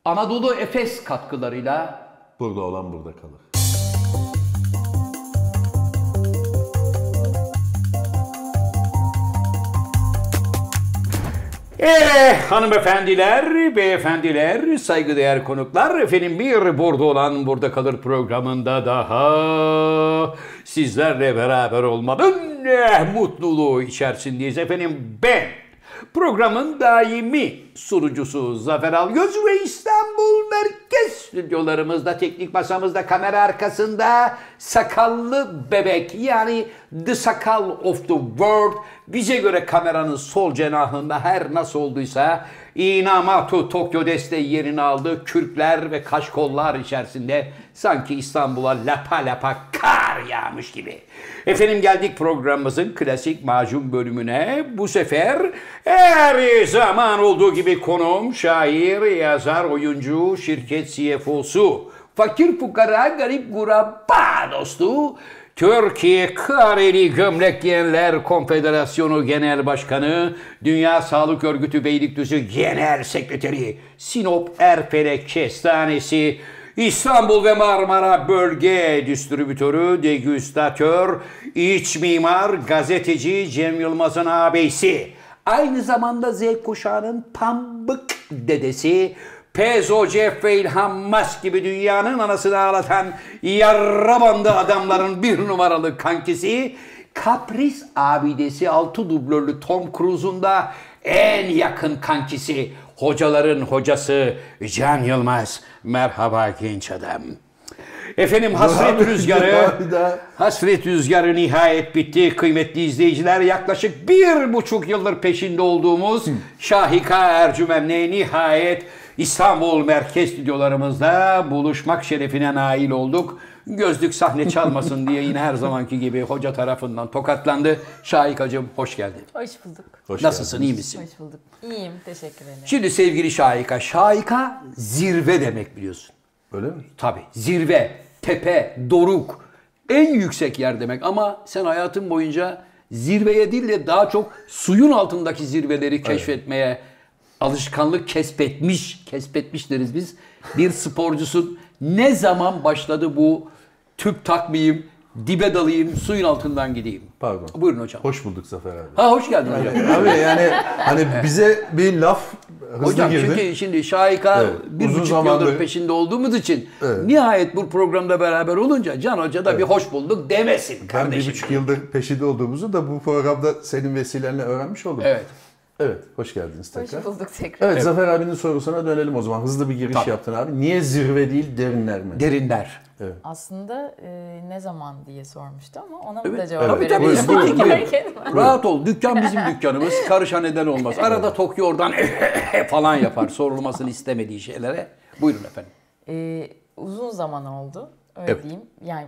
Anadolu Efes katkılarıyla Burada olan burada kalır. Hanımefendiler, beyefendiler, saygıdeğer konuklar, efendim bir Burada Olan Burada Kalır programında daha sizlerle beraber olmanın mutluluğu içerisindeyiz efendim. Ben programın daimi sunucusu Zafer Algöz ve İstanbul Merkez stüdyolarımızda, teknik masamızda, kamera arkasında sakallı bebek, yani the sakal of the world, bize göre kameranın sol cenahında her nasıl olduysa Inamatu Tokyo desteği yerini aldı. Kürkler ve kaşkollar içerisinde sanki İstanbul'a lapa lapa kar yağmış gibi. Efendim geldik programımızın klasik macun bölümüne. Bu sefer her zaman olduğu gibi konuğum şair, yazar, oyuncu, şirket CFO'su, fakir fukara, garip guraba dostu, Türkiye Kareli Gömlek Giyenler Konfederasyonu Genel Başkanı, Dünya Sağlık Örgütü Beylikdüzü Genel Sekreteri, Sinop Erfelek Kestanesi, İstanbul ve Marmara Bölge Distribütörü, degüstatör, iç mimar, gazeteci Cem Yılmaz'ın ağabeysi, aynı zamanda Z kuşağının pambık dedesi, Pezo, Jeff ve İlhan Musk gibi dünyanın anasını ağlatan yarrabandı adamların bir numaralı kankisi, kapris abidesi, altı dublörlü Tom Cruise'un da en yakın kankisi, hocaların hocası Can Yılmaz. Merhaba genç adam. Efendim hasret rüzgarı nihayet bitti kıymetli izleyiciler. Yaklaşık 1,5 yıldır peşinde olduğumuz Şahika Ercümen'le nihayet İstanbul Merkez stüdyolarımızda buluşmak şerefine nail olduk. Gözlük sahne çalmasın diye yine her zamanki gibi hoca tarafından tokatlandı. Şahikacığım hoş geldin. Hoş bulduk. Nasılsın, iyi misin? Hoş bulduk. İyiyim, teşekkür ederim. Şimdi sevgili Şahika, Şahika zirve demek biliyorsun. Öyle mi? Tabii, zirve, tepe, doruk, en yüksek yer demek. Ama sen hayatın boyunca zirveye değil de daha çok suyun altındaki zirveleri keşfetmeye alışkanlık kesbetmiş deriz biz. Bir sporcusun. Ne zaman başladı bu tüp takmayayım, dibe dalayım, suyun altından gideyim? Pardon. Buyurun hocam. Hoş bulduk Zafer abi. Ha, hoş geldin hocam. Abi yani hani bize bir laf hızlı hocam, girdi. çünkü şimdi Şahika Evet, 1,5 yıldır peşinde olduğumuz için nihayet bu programda beraber olunca Can Hoca da bir hoş bulduk demesin kardeşim. Ben 1,5 yıldır peşinde olduğumuzu da bu programda senin vesilenle öğrenmiş oldum. Evet. Evet, hoş geldiniz tekrar. Hoş bulduk tekrar. Evet, Zafer abinin sorusuna dönelim o zaman. Hızlı bir giriş yaptın abi. Niye zirve değil, derinler mi? Derinler. Evet. Aslında ne zaman diye sormuştu ama ona da Evet. cevap Tabii, verebilirim. buyurun. Rahat ol. Dükkan bizim dükkanımız. Karışa neden olmaz. Arada Tokyo oradan falan yapar. Sorulmasını istemediği şeylere. Buyurun efendim. Uzun zaman oldu. Öyle Evet. diyeyim. Yani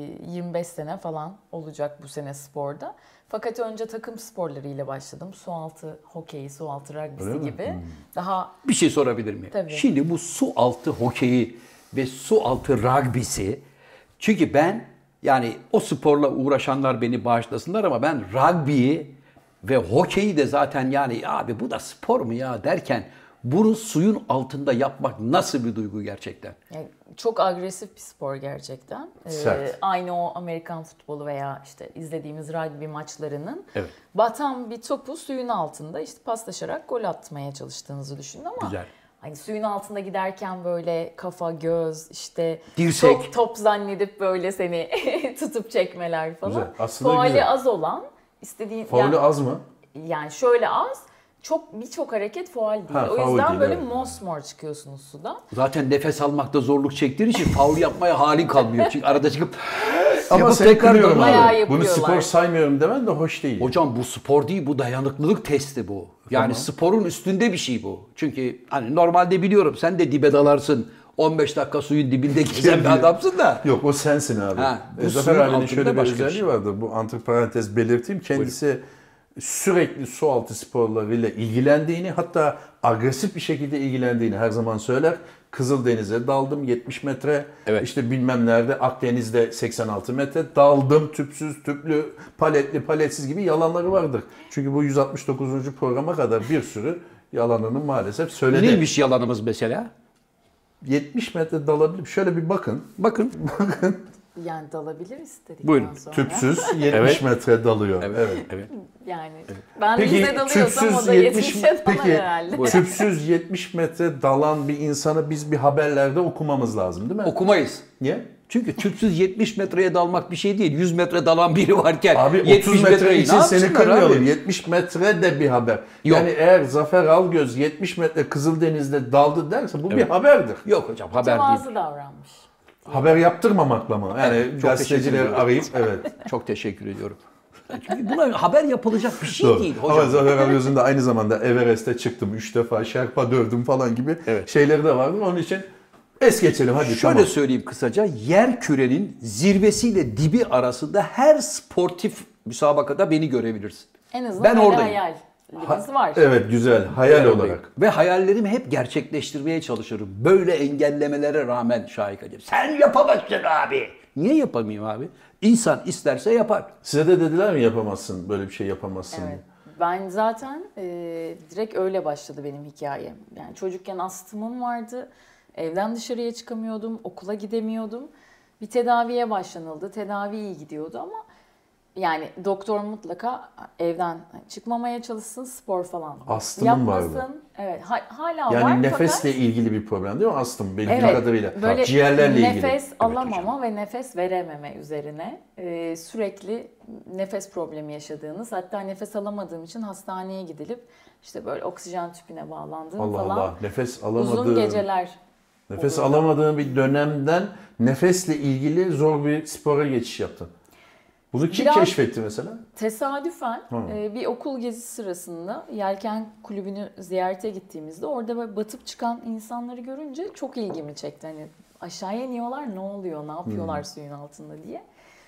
25 sene falan olacak bu sene sporda. Fakat önce takım sporlarıyla başladım. Sualtı hokeyi, sualtı rugby'si gibi. Daha Bir şey sorabilir miyim? Tabii. Şimdi bu su altı hokeyi ve su altı rugby'si, çünkü ben, yani o sporla uğraşanlar beni bağışlasınlar ama ben rugby'yi ve hokeyi de zaten, yani abi bu da spor mu ya derken, bunu suyun altında yapmak nasıl bir duygu gerçekten? yani çok agresif bir spor gerçekten. Sert. Aynı o Amerikan futbolu veya işte izlediğimiz rugby maçlarının Evet. batan bir topu suyun altında işte paslaşarak gol atmaya çalıştığınızı düşünün ama Güzel. hani suyun altında giderken böyle kafa, göz, işte Dirsek. top zannedip böyle seni tutup çekmeler falan. Güzel. Aslında Faali güzel. az olan, istediğin Faulü az mı? yani şöyle az, birçok hareket faul değil. Ha, O faul yüzden değil, böyle evet. mosmor çıkıyorsunuz suda. Zaten nefes almakta zorluk çektiğin için faul yapmaya halin kalmıyor. Çünkü arada çıkıp Ama yapıp seni tekrar kınıyorum dönüyor. Bayağı abi. Bunu yapıyorlar. spor saymıyorum demen de hoş değil. Hocam bu spor değil, bu dayanıklılık testi bu. Yani Tamam. sporun üstünde bir şey bu. Çünkü hani normalde biliyorum sen de dibe dalarsın. 15 dakika suyun dibinde gezen bir adamsın da. Yok, o sensin abi. Ha, bu Zafer suyun abinin altında şöyle bir başka bir özelliği şey. vardır. Bu antiparantez belirteyim. Kendisi sürekli su altı sporlarıyla ilgilendiğini, hatta agresif bir şekilde ilgilendiğini her zaman söyler. Kızıldeniz'e daldım 70 metre, Evet. işte bilmem nerede Akdeniz'de 86 metre daldım, tüpsüz, tüplü, paletli, paletsiz gibi yalanları vardır. Çünkü bu 169. programa kadar bir sürü yalanını maalesef söyledi. Neymiş yalanımız mesela? 70 metre dalabilir. Şöyle bir bakın. Bakın. Yani dalabilir istedikten Buyurun. sonra. Tüpsüz 70 Evet. metre dalıyor. Evet. Evet. Yani ben Peki Rize dalıyorsam o da 70'e dalar peki herhalde. tüpsüz 70 metre dalan bir insanı biz bir haberlerde okumamız lazım değil mi? Okumayız. Niye? Çünkü tüpsüz 70 metreye dalmak bir şey değil. 100 metre dalan biri varken Abi 70 30 metre metreyi için ne seni yapsınlar kırmayalım. abi? 70 metre de bir haber. Yok. Yani eğer Zafer Algöz 70 metre Kızıldeniz'de daldı derse bu bir haberdir. Yok hocam haber değil. Mütevazı davranmış. Haber yaptırmamakla mı? Yani Çok gazetecileri teşekkür ederim. arayıp evet. Çok teşekkür ediyorum. Çünkü buna haber yapılacak bir şey Doğru. değil Ama hocam. Zafer Algöz'ün de aynı zamanda Everest'e çıktım 3 defa, Şerpa dövdüm falan gibi Evet. şeyleri de vardı. Onun için es geçelim hadi Şöyle tamam. söyleyeyim kısaca. Yer kürenin zirvesiyle dibi arasında her sportif müsabakada beni görebilirsin. En azından Ben öyle oradayım. hayalimiz var. Evet güzel hayal olarak. Ve hayallerimi hep gerçekleştirmeye çalışırım. Böyle engellemelere rağmen Şahikacığım. Sen yapamazsın abi. Niye yapamayayım abi? İnsan isterse yapar. Size de dediler mi yapamazsın böyle bir şey yapamazsın Evet. diye. Ben zaten direkt öyle başladı benim hikayem. Yani çocukken astımım vardı. Evden dışarıya çıkamıyordum, okula gidemiyordum. Bir tedaviye başlanıldı. Tedavi iyi gidiyordu ama yani doktor mutlaka evden çıkmamaya çalışsın, spor falan Astımın var yapmasın. Evet, hala Yani var nefesle fakat ilgili bir problem değil mi? Astım bildiğim evet, kadarıyla. böyle Ciğerlerle ilgili. nefes alamama ve nefes verememe üzerine sürekli nefes problemi yaşadığınız, hatta nefes alamadığım için hastaneye gidilip işte böyle oksijen tüpüne bağlandığım Allah falan Allah nefes uzun alamadığın, geceler nefes olurdu. alamadığın bir dönemden nefesle ilgili zor bir spora geçiş yaptın. Bunu kim Biraz- keşfetti mesela? Tesadüfen bir okul gezisi sırasında Yelken Kulübü'nü ziyarete gittiğimizde orada böyle batıp çıkan insanları görünce çok ilgimi çekti. Hani aşağıya iniyorlar, ne oluyor, ne yapıyorlar suyun altında diye.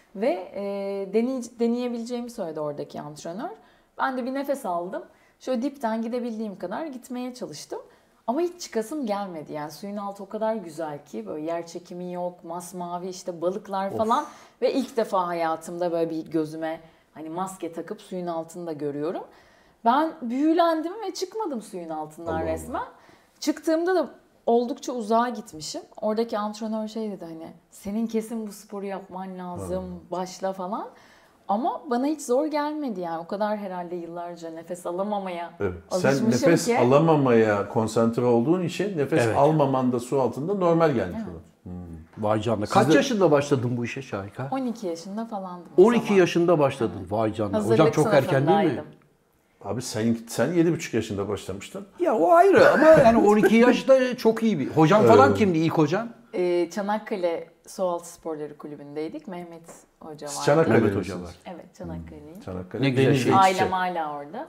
Ve deneyebileceğimi söyledi oradaki antrenör. Ben de bir nefes aldım. Şöyle dipten gidebildiğim kadar gitmeye çalıştım. Ama hiç çıkasım gelmedi. Yani suyun altı o kadar güzel ki böyle yer çekimi yok, masmavi işte balıklar falan. Ve ilk defa hayatımda böyle bir gözüme hani maske takıp suyun altında görüyorum. Ben büyülendim ve çıkmadım suyun altından Allah resmen. Çıktığımda da oldukça uzağa gitmişim. Oradaki antrenör şey dedi hani senin kesin bu sporu yapman lazım, başla falan. Ama bana hiç zor gelmedi yani. O kadar herhalde yıllarca nefes alamamaya Evet. alışmışım Sen nefes ki. alamamaya konsantre olduğun için nefes Evet. almaman da su altında normal gelmiş ona. Vay canına. Kaç de- yaşında başladın bu işe Şahika? 12 yaşında falandım. o 12 zaman. yaşında başladın. Vay canına. Hazırlık Hocam çok erken değil mi? sınıfındaydım. Abi sen 7,5 yaşında başlamıştın. Ya o ayrı ama yani 12 yaşta çok iyi bir. Hocam falan kimdi ilk hocam? Çanakkale Sualtı Sporları Kulübü'ndeydik. Mehmet Hoca vardı. Çanakkale'de Mehmet Hoca misiniz? var. Evet, Çanakkale'yim. Çanakkale. Ne güzel Deniz şey. iç içe. Ailem hala orada.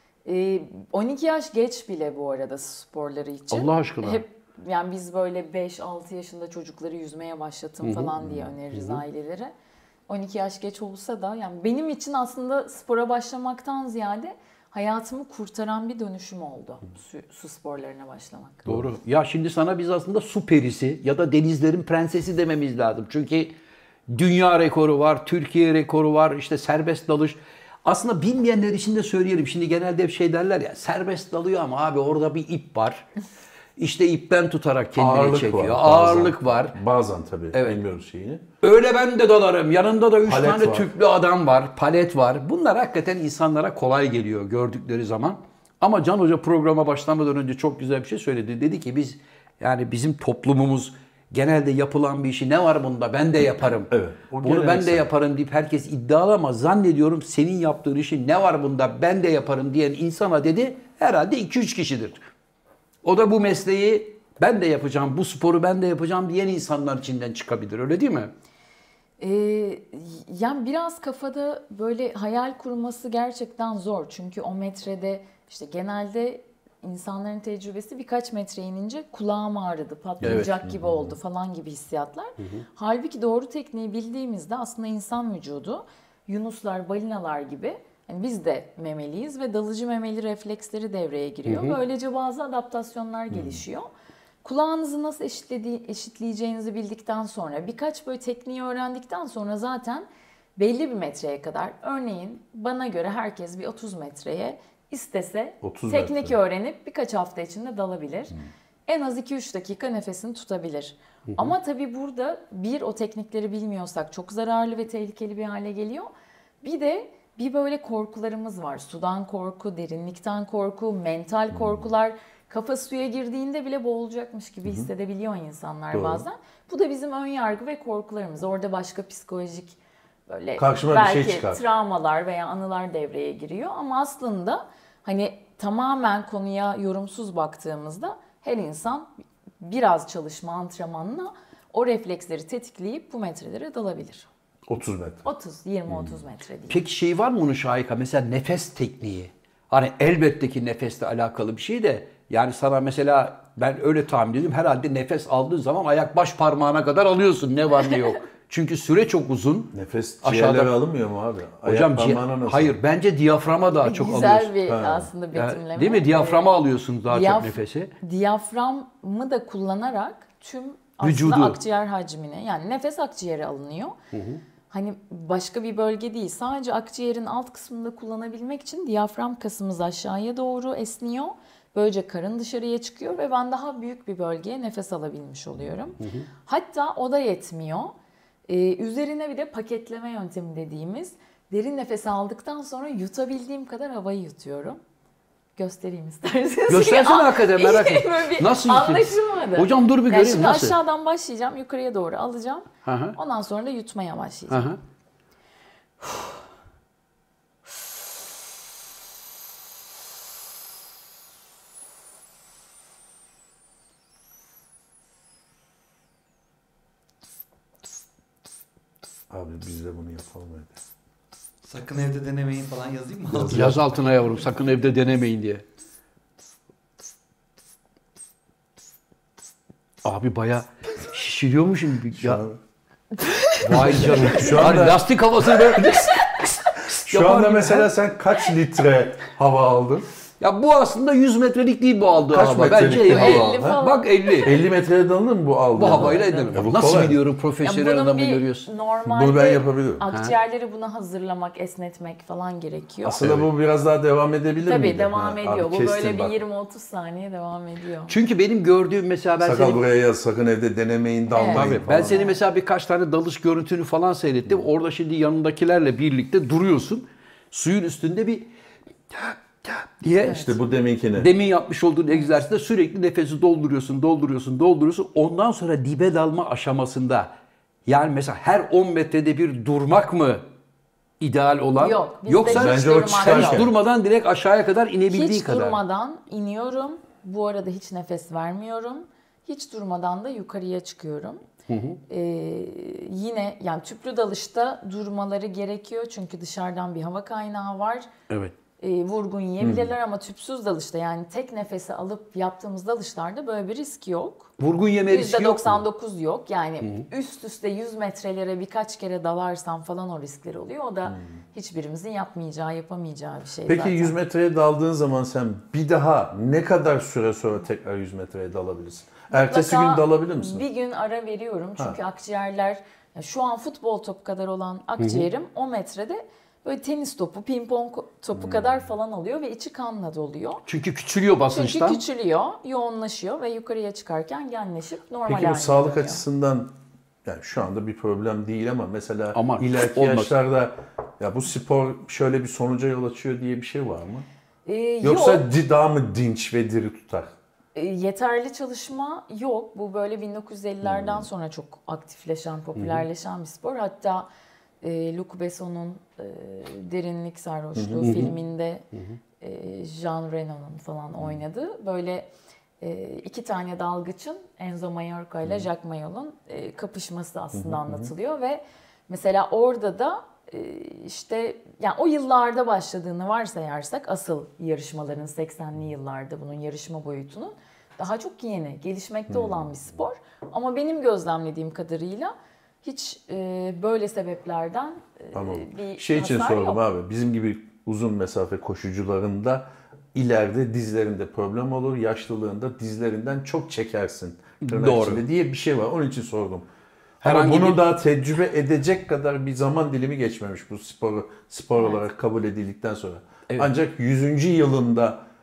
12 yaş geç bile bu arada sporları için. Allah aşkına. Hep yani biz böyle 5-6 yaşında çocukları yüzmeye başlatın falan diye öneririz ailelere. 12 yaş geç olsa da yani benim için aslında spora başlamaktan ziyade hayatımı kurtaran bir dönüşüm oldu su sporlarına başlamak. Doğru. Ya şimdi sana biz aslında su perisi ya da denizlerin prensesi dememiz lazım. Çünkü dünya rekoru var, Türkiye rekoru var, işte serbest dalış. Aslında bilmeyenler için de söyleyelim. Şimdi genelde hep şey derler ya, serbest dalıyor ama abi orada bir ip var. İşte ipten tutarak kendini Ağırlık çekiyor. var. Ağırlık var. Bazen tabii Evet. bilmiyoruz şeyini. Öyle ben de dalarım. Yanında da 3 Palet tane var. tüplü adam var. Palet var. Bunlar hakikaten insanlara kolay geliyor gördükleri zaman. Ama Can Hoca programa başlamadan önce çok güzel bir şey söyledi. Dedi ki biz yani bizim toplumumuz genelde yapılan bir işi ne var bunda ben de yaparım. Evet, o Bunu ben de geleneksel. yaparım deyip herkes iddialı ama zannediyorum senin yaptığın işi ne var bunda ben de yaparım diyen insana dedi herhalde 2-3 kişidir. O da bu mesleği ben de yapacağım, bu sporu ben de yapacağım diyen insanlar içinden çıkabilir. Öyle değil mi? Yani biraz kafada böyle hayal kurması gerçekten zor. Çünkü o metrede işte genelde insanların tecrübesi birkaç metre inince kulağım ağrıdı, patlayacak gibi oldu falan gibi hissiyatlar. Halbuki doğru tekniği bildiğimizde aslında insan vücudu yunuslar, balinalar gibi yani biz de memeliyiz ve dalıcı memeli refleksleri devreye giriyor. Böylece bazı adaptasyonlar gelişiyor. Kulağınızı nasıl eşitleyeceğinizi bildikten sonra, birkaç böyle tekniği öğrendikten sonra zaten belli bir metreye kadar, örneğin bana göre herkes bir 30 metreye istese 30 teknik metre. öğrenip birkaç hafta içinde dalabilir. en az 2-3 dakika nefesini tutabilir. Ama tabii burada o teknikleri bilmiyorsak çok zararlı ve tehlikeli bir hale geliyor. Bir de böyle korkularımız var. Sudan korku, derinlikten korku, mental korkular. Kafa suya girdiğinde bile boğulacakmış gibi hissedebiliyor insanlar Doğru. bazen. Bu da bizim ön yargı ve korkularımız. Orada başka psikolojik böyle Karşıma bir belki şey çıkar. travmalar veya anılar devreye giriyor. Ama aslında hani tamamen konuya yorumsuz baktığımızda her insan biraz çalışma, antrenmanla o refleksleri tetikleyip bu metrelere dalabilir. 30 metre. 20-30 metre değil. Peki şey var mı onun Şahika? Mesela nefes tekniği. Hani elbette ki nefesle alakalı bir şey de yani sana mesela ben öyle tahmin ediyorum. Herhalde nefes aldığın zaman ayak baş parmağına kadar alıyorsun. Ne var ne yok. Çünkü süre çok uzun. Nefes Aşağıda- ciğerlere alınmıyor mu abi? Hocam Ayak parmağına nasıl? hayır bence diyaframa daha çok alıyorsun. Güzel bir Ha. aslında Yani, betimleme. değil mi? Diyaframa alıyorsun daha Diyaf- çok nefesi. Diyaframı da kullanarak tüm aslında Vücudu. akciğer hacmini, yani nefes akciğere alınıyor. Hani başka bir bölge değil, sadece akciğerin alt kısmında kullanabilmek için diyafram kasımız aşağıya doğru esniyor. Böylece karın dışarıya çıkıyor ve ben daha büyük bir bölgeye nefes alabilmiş oluyorum. Hatta o da yetmiyor. Üzerine bir de paketleme yöntemi dediğimiz derin nefes aldıktan sonra yutabildiğim kadar havayı yutuyorum. Göstereyim isterseniz. Göstersene hakikaten, merak ettim. Böyle bir Nasıl anlaşılmadı. Hocam dur bir Yani göreyim şimdi nasıl? aşağıdan başlayacağım, yukarıya doğru alacağım. Hı hı. Ondan sonra da yutmaya Hı başlayacağım. hı. Abi biz de bunu yapalım evde. Sakın evde denemeyin falan yazayım mı? Yaz altına yavrum, sakın evde denemeyin diye. Abi baya şişiriyormuşum. Ya. an- Vay canına. Şu anda- lastik havası böyle. Şu Yapar anda gibi. mesela sen kaç litre hava aldın? Ya bu aslında 100 metrelik değil bu aldığı Kaç hava. metrelik Bence bir 50. hava? 50 falan. Bak 50. 50 metreye dalınır mı bu aldığın? Bu hava? havayla ederim. Ya bu Nasıl kolay. biliyorum Ya profesyonel bunun adamı bir görüyorsun. normalde Bunu ben yapabiliyorum. akciğerleri buna hazırlamak, esnetmek falan gerekiyor. Aslında bu biraz daha devam edebilir Tabii miydi? devam Ha, ediyor. abi Bu kestin böyle bir bak. 20-30 saniye devam ediyor. Çünkü benim gördüğüm mesela ben Sakal seni buraya yaz, sakın evde denemeyin, dalmayın Evet. Tabii, falan. ben seni mesela birkaç tane dalış görüntünü falan seyrettim. Orada şimdi yanındakilerle birlikte duruyorsun. Suyun üstünde bir diye İşte bu deminkine. demin yapmış olduğun egzersizde sürekli nefesi dolduruyorsun. Ondan sonra dibe dalma aşamasında yani mesela her 10 metrede bir durmak mı ideal olan? Yok. bizde Yoksa hiç Bence o durmak çıkarken. yok. hiç durmadan direkt aşağıya kadar inebildiği Hiç kadar. durmadan iniyorum. Bu arada hiç nefes vermiyorum. Hiç durmadan da yukarıya çıkıyorum. Yine yani tüplü dalışta durmaları gerekiyor. Çünkü dışarıdan bir hava kaynağı var. Evet. Vurgun yiyebilirler ama tüpsüz dalışta yani tek nefese alıp yaptığımız dalışlarda böyle bir risk yok. Vurgun yeme riski yok mu? %99 yok. Yani üst üste 100 metrelere birkaç kere dalarsan falan o riskler oluyor. O da hiçbirimizin yapamayacağı bir şey Peki zaten. 100 metreye daldığın zaman sen bir daha ne kadar süre sonra tekrar 100 metreye dalabilirsin? Ertesi gün Mutlaka dalabilir misin? Bir gün ara veriyorum çünkü akciğerler ya şu an futbol topu kadar olan akciğerim o metrede böyle tenis topu, pimpon topu kadar falan oluyor ve içi kanla doluyor. Çünkü küçülüyor basınçtan. Çünkü küçülüyor, yoğunlaşıyor ve yukarıya çıkarken genleşip normal Peki bu haline sağlık dönüyor. açısından yani şu anda bir problem değil ama mesela Ama ileriki olmaz. yaşlarda ya bu spor şöyle bir sonuca yol açıyor diye bir şey var mı? Yok. Yoksa daha mı dinç ve diri tutar? Yeterli çalışma yok. Bu böyle 1950'lerden sonra çok aktifleşen, popülerleşen bir spor. Hatta Luc Besson'un Derinlik Sarhoşluğu filminde Jean Reno'nun falan oynadığı böyle iki tane dalgıçın Enzo Mallorca ile Jacques Mayol'un kapışması aslında anlatılıyor ve mesela orada da işte yani o yıllarda başladığını varsayarsak asıl yarışmaların 80'li yıllarda bunun yarışma boyutunun daha çok yeni, gelişmekte olan bir spor. Ama benim gözlemlediğim kadarıyla hiç böyle sebeplerden Tamam. bir Şey için hasar sordum yok. abi. Bizim gibi uzun mesafe koşucularında ileride dizlerinde problem olur. Yaşlılığında dizlerinden çok çekersin. Tırnak Doğru. içinde diye bir şey var. Onun için sordum. Herhangi Ama bunu bir- daha tecrübe edecek kadar bir zaman dilimi geçmemiş bu spor olarak kabul edildikten sonra. Evet. Ancak 100. yılında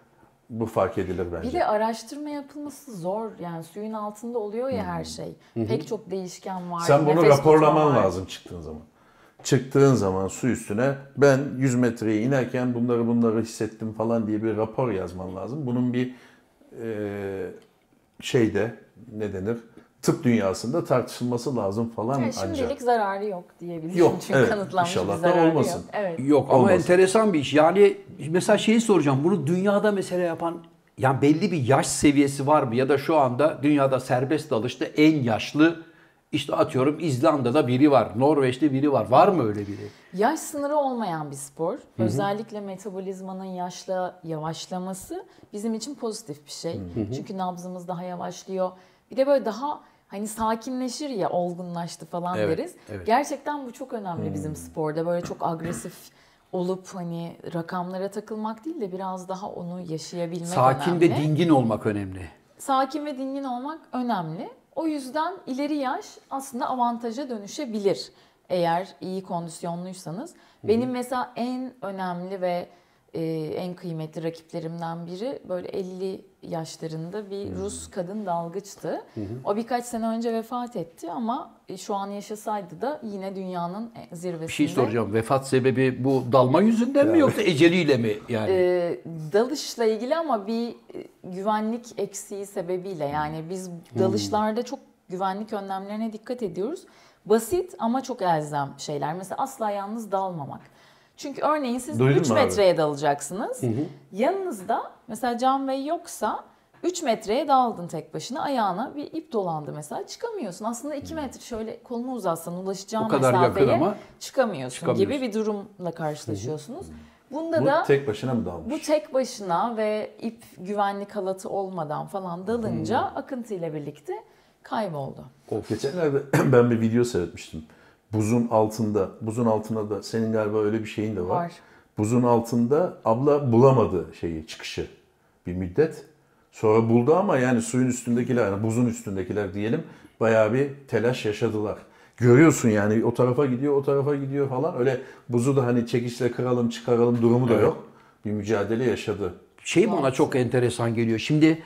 bu fark edilir bence. Bir de araştırma yapılması zor. Yani suyun altında oluyor ya her şey. Pek çok değişken var. Sen bunu Nefes raporlaman tutma var. lazım çıktığın zaman. Çıktığın zaman su üstüne ben 100 metreye inerken bunları hissettim falan diye bir rapor yazman lazım. Bunun bir ne denir? Tıp dünyasında tartışılması lazım falan Yani ancak. şimdilik zararı yok diyebilirim. Yok, Çünkü evet. kanıtlanmış İnşallah bir da zararı olmasın. yok. Evet. Yok ama Olmasın. enteresan bir iş. Yani mesela şeyi soracağım. Bunu dünyada mesela yapan yani belli bir yaş seviyesi var mı? Ya da şu anda dünyada serbest dalışta en yaşlı işte atıyorum İzlanda'da biri var. Norveç'te biri var. Var mı öyle biri? Yaş sınırı olmayan bir spor. Özellikle metabolizmanın yaşla yavaşlaması bizim için pozitif bir şey. Çünkü nabzımız daha yavaşlıyor. Bir de böyle daha hani sakinleşir ya, olgunlaştı falan Evet, deriz. evet. Gerçekten bu çok önemli bizim sporda. Böyle çok agresif olup hani rakamlara takılmak değil de biraz daha onu yaşayabilmek Sakin önemli. ve dingin olmak önemli. Sakin ve dingin olmak önemli. O yüzden ileri yaş aslında avantaja dönüşebilir eğer iyi kondisyonluysanız. Benim mesela en önemli ve en kıymetli rakiplerimden biri böyle 50 yaşlarında bir Rus kadın dalgıçtı. O birkaç sene önce vefat etti ama şu an yaşasaydı da yine dünyanın zirvesinde. Bir şey soracağım. Vefat sebebi bu dalma yüzünden mi yoksa eceliyle mi yani? Dalışla ilgili ama bir güvenlik eksiği sebebiyle, yani biz dalışlarda çok güvenlik önlemlerine dikkat ediyoruz. Basit ama çok elzem şeyler. Mesela asla yalnız dalmamak. Çünkü örneğin siz Duydun 3 mu abi? metreye dalacaksınız. Yanınızda mesela Can Bey yoksa 3 metreye daldın tek başına, ayağına bir ip dolandı mesela, çıkamıyorsun. Aslında 2 metre şöyle kolunu uzatsan ulaşacağın O kadar mesafeye yakın ama çıkamıyorsun gibi bir durumla karşılaşıyorsunuz. Bunda Bu da tek başına mı dalmış? bu tek başına ve ip güvenlik halatı olmadan falan dalınca akıntıyla birlikte kayboldu. Geçenlerde ben bir video seyretmiştim. Buzun altında da senin galiba öyle bir şeyin de var. Var. Buzun altında abla bulamadı çıkışı bir müddet. Sonra buldu ama yani suyun üstündekiler, yani buzun üstündekiler diyelim, bayağı bir telaş yaşadılar. Görüyorsun yani o tarafa gidiyor falan. Öyle buzu da hani çekişle kıralım çıkaralım durumu da yok. Bir mücadele yaşadı. şey bana çok enteresan geliyor. Şimdi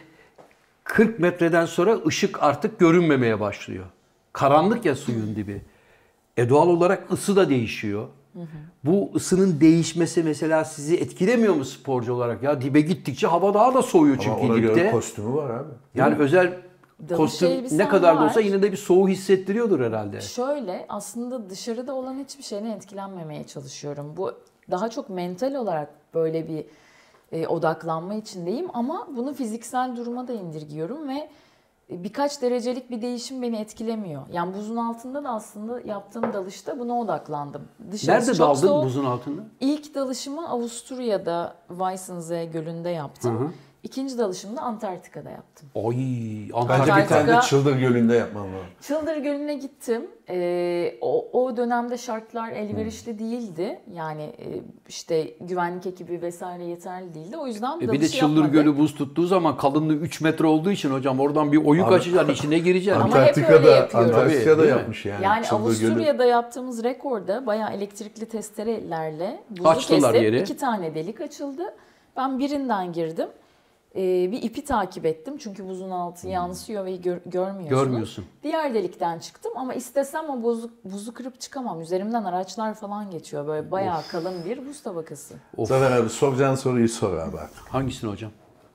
40 metreden sonra ışık artık görünmemeye başlıyor. Karanlık ya suyun dibi. Doğal olarak ısı da değişiyor. Bu ısının değişmesi mesela sizi etkilemiyor mu sporcu olarak? Ya dibe gittikçe hava daha da soğuyor Ama çünkü ona göre dipte. kostümü var abi. Yani özel Dalış kostüm elbisen ne kadar da var. olsa yine de bir soğuğu hissettiriyordur herhalde. Şöyle, aslında dışarıda olan hiçbir şeyden etkilenmemeye çalışıyorum. Bu daha çok mental olarak böyle bir odaklanma içindeyim ama bunu fiziksel duruma da indirgiyorum ve birkaç derecelik bir değişim beni etkilemiyor. Yani buzun altında da aslında yaptığım dalışta buna odaklandım. Dışarısı Nerede çok daldın soğuk. buzun altında? İlk dalışımı Avusturya'da Weissensee Gölü'nde yaptım. İkinci dalışımı da Antarktika'da yaptım. Oy, Bence Antarktika. bir tane de Antarktika- Çıldır Gölü'nde yapman lazım. Çıldır Gölü'ne gittim. O dönemde şartlar elverişli değildi. Yani işte güvenlik ekibi vesaire yeterli değildi. O yüzden Bir de dalışı Çıldır yapmadık. Gölü buz tuttuğu zaman kalınlığı 3 metre olduğu için hocam oradan bir oyuk Abi- açacaksın, içine gireceksin. Ama hep öyle yapıyorum. Antarktika'da Tabii, değil mi? yapmış yani. Yani Çıldır Gölü. Avusturya'da yaptığımız rekorda bayağı elektrikli testerelerle buzu Açtılar kesip yeri. 2 tane delik açıldı. Ben birinden girdim. Bir ipi takip ettim çünkü buzun altı yansıyor ve görmüyorsunuz. Görmüyorsun. Diğer delikten çıktım ama istesem o buzu kırıp çıkamam. Üzerimden araçlar falan geçiyor. Böyle bayağı kalın bir buz tabakası. Zafer abi soracağın soruyu sor abi artık. Hangisini hocam?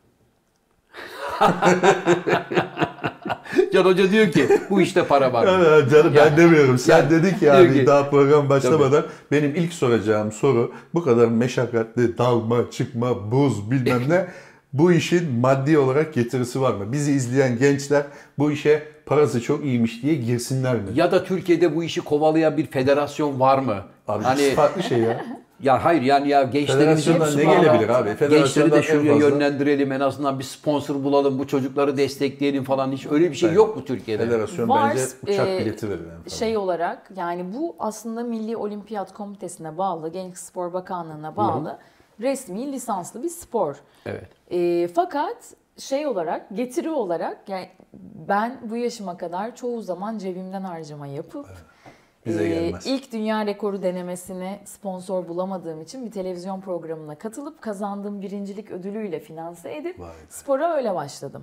Can Hoca diyor ki bu işte para var. Evet canım ben Yani- demiyorum. Sen yani dedin ki diyor abi ki- daha program başlamadan benim ilk soracağım soru bu kadar meşakkatli dalma, çıkma, buz bilmem ne. Bu işin maddi olarak getirisi var mı? Bizi izleyen gençler bu işe parası çok iyiymiş diye girsinler mi? Ya da Türkiye'de bu işi kovalayan bir federasyon var mı? Abi hani hiç farklı şey ya. ya hayır yani ya gençlerimizin Federasyondan ne spora- gelebilir abi? Gençleri Federasyondan de en şuraya fazla- yönlendirelim, en azından bir sponsor bulalım, bu çocukları destekleyelim falan, hiç öyle bir şey yok mu Türkiye'de? Federasyon Var, bence uçak bileti verir. en fazla. Şey olarak, yani bu aslında Milli Olimpiyat Komitesi'ne bağlı, Gençlik Spor Bakanlığı'na bağlı resmi lisanslı bir spor. Evet. Fakat şey olarak, getiri olarak, yani ben bu yaşıma kadar çoğu zaman cebimden harcama yapıp Bize gelmez. İlk dünya rekoru denemesine sponsor bulamadığım için bir televizyon programına katılıp kazandığım birincilik ödülüyle finanse edip Vay be. spora öyle başladım.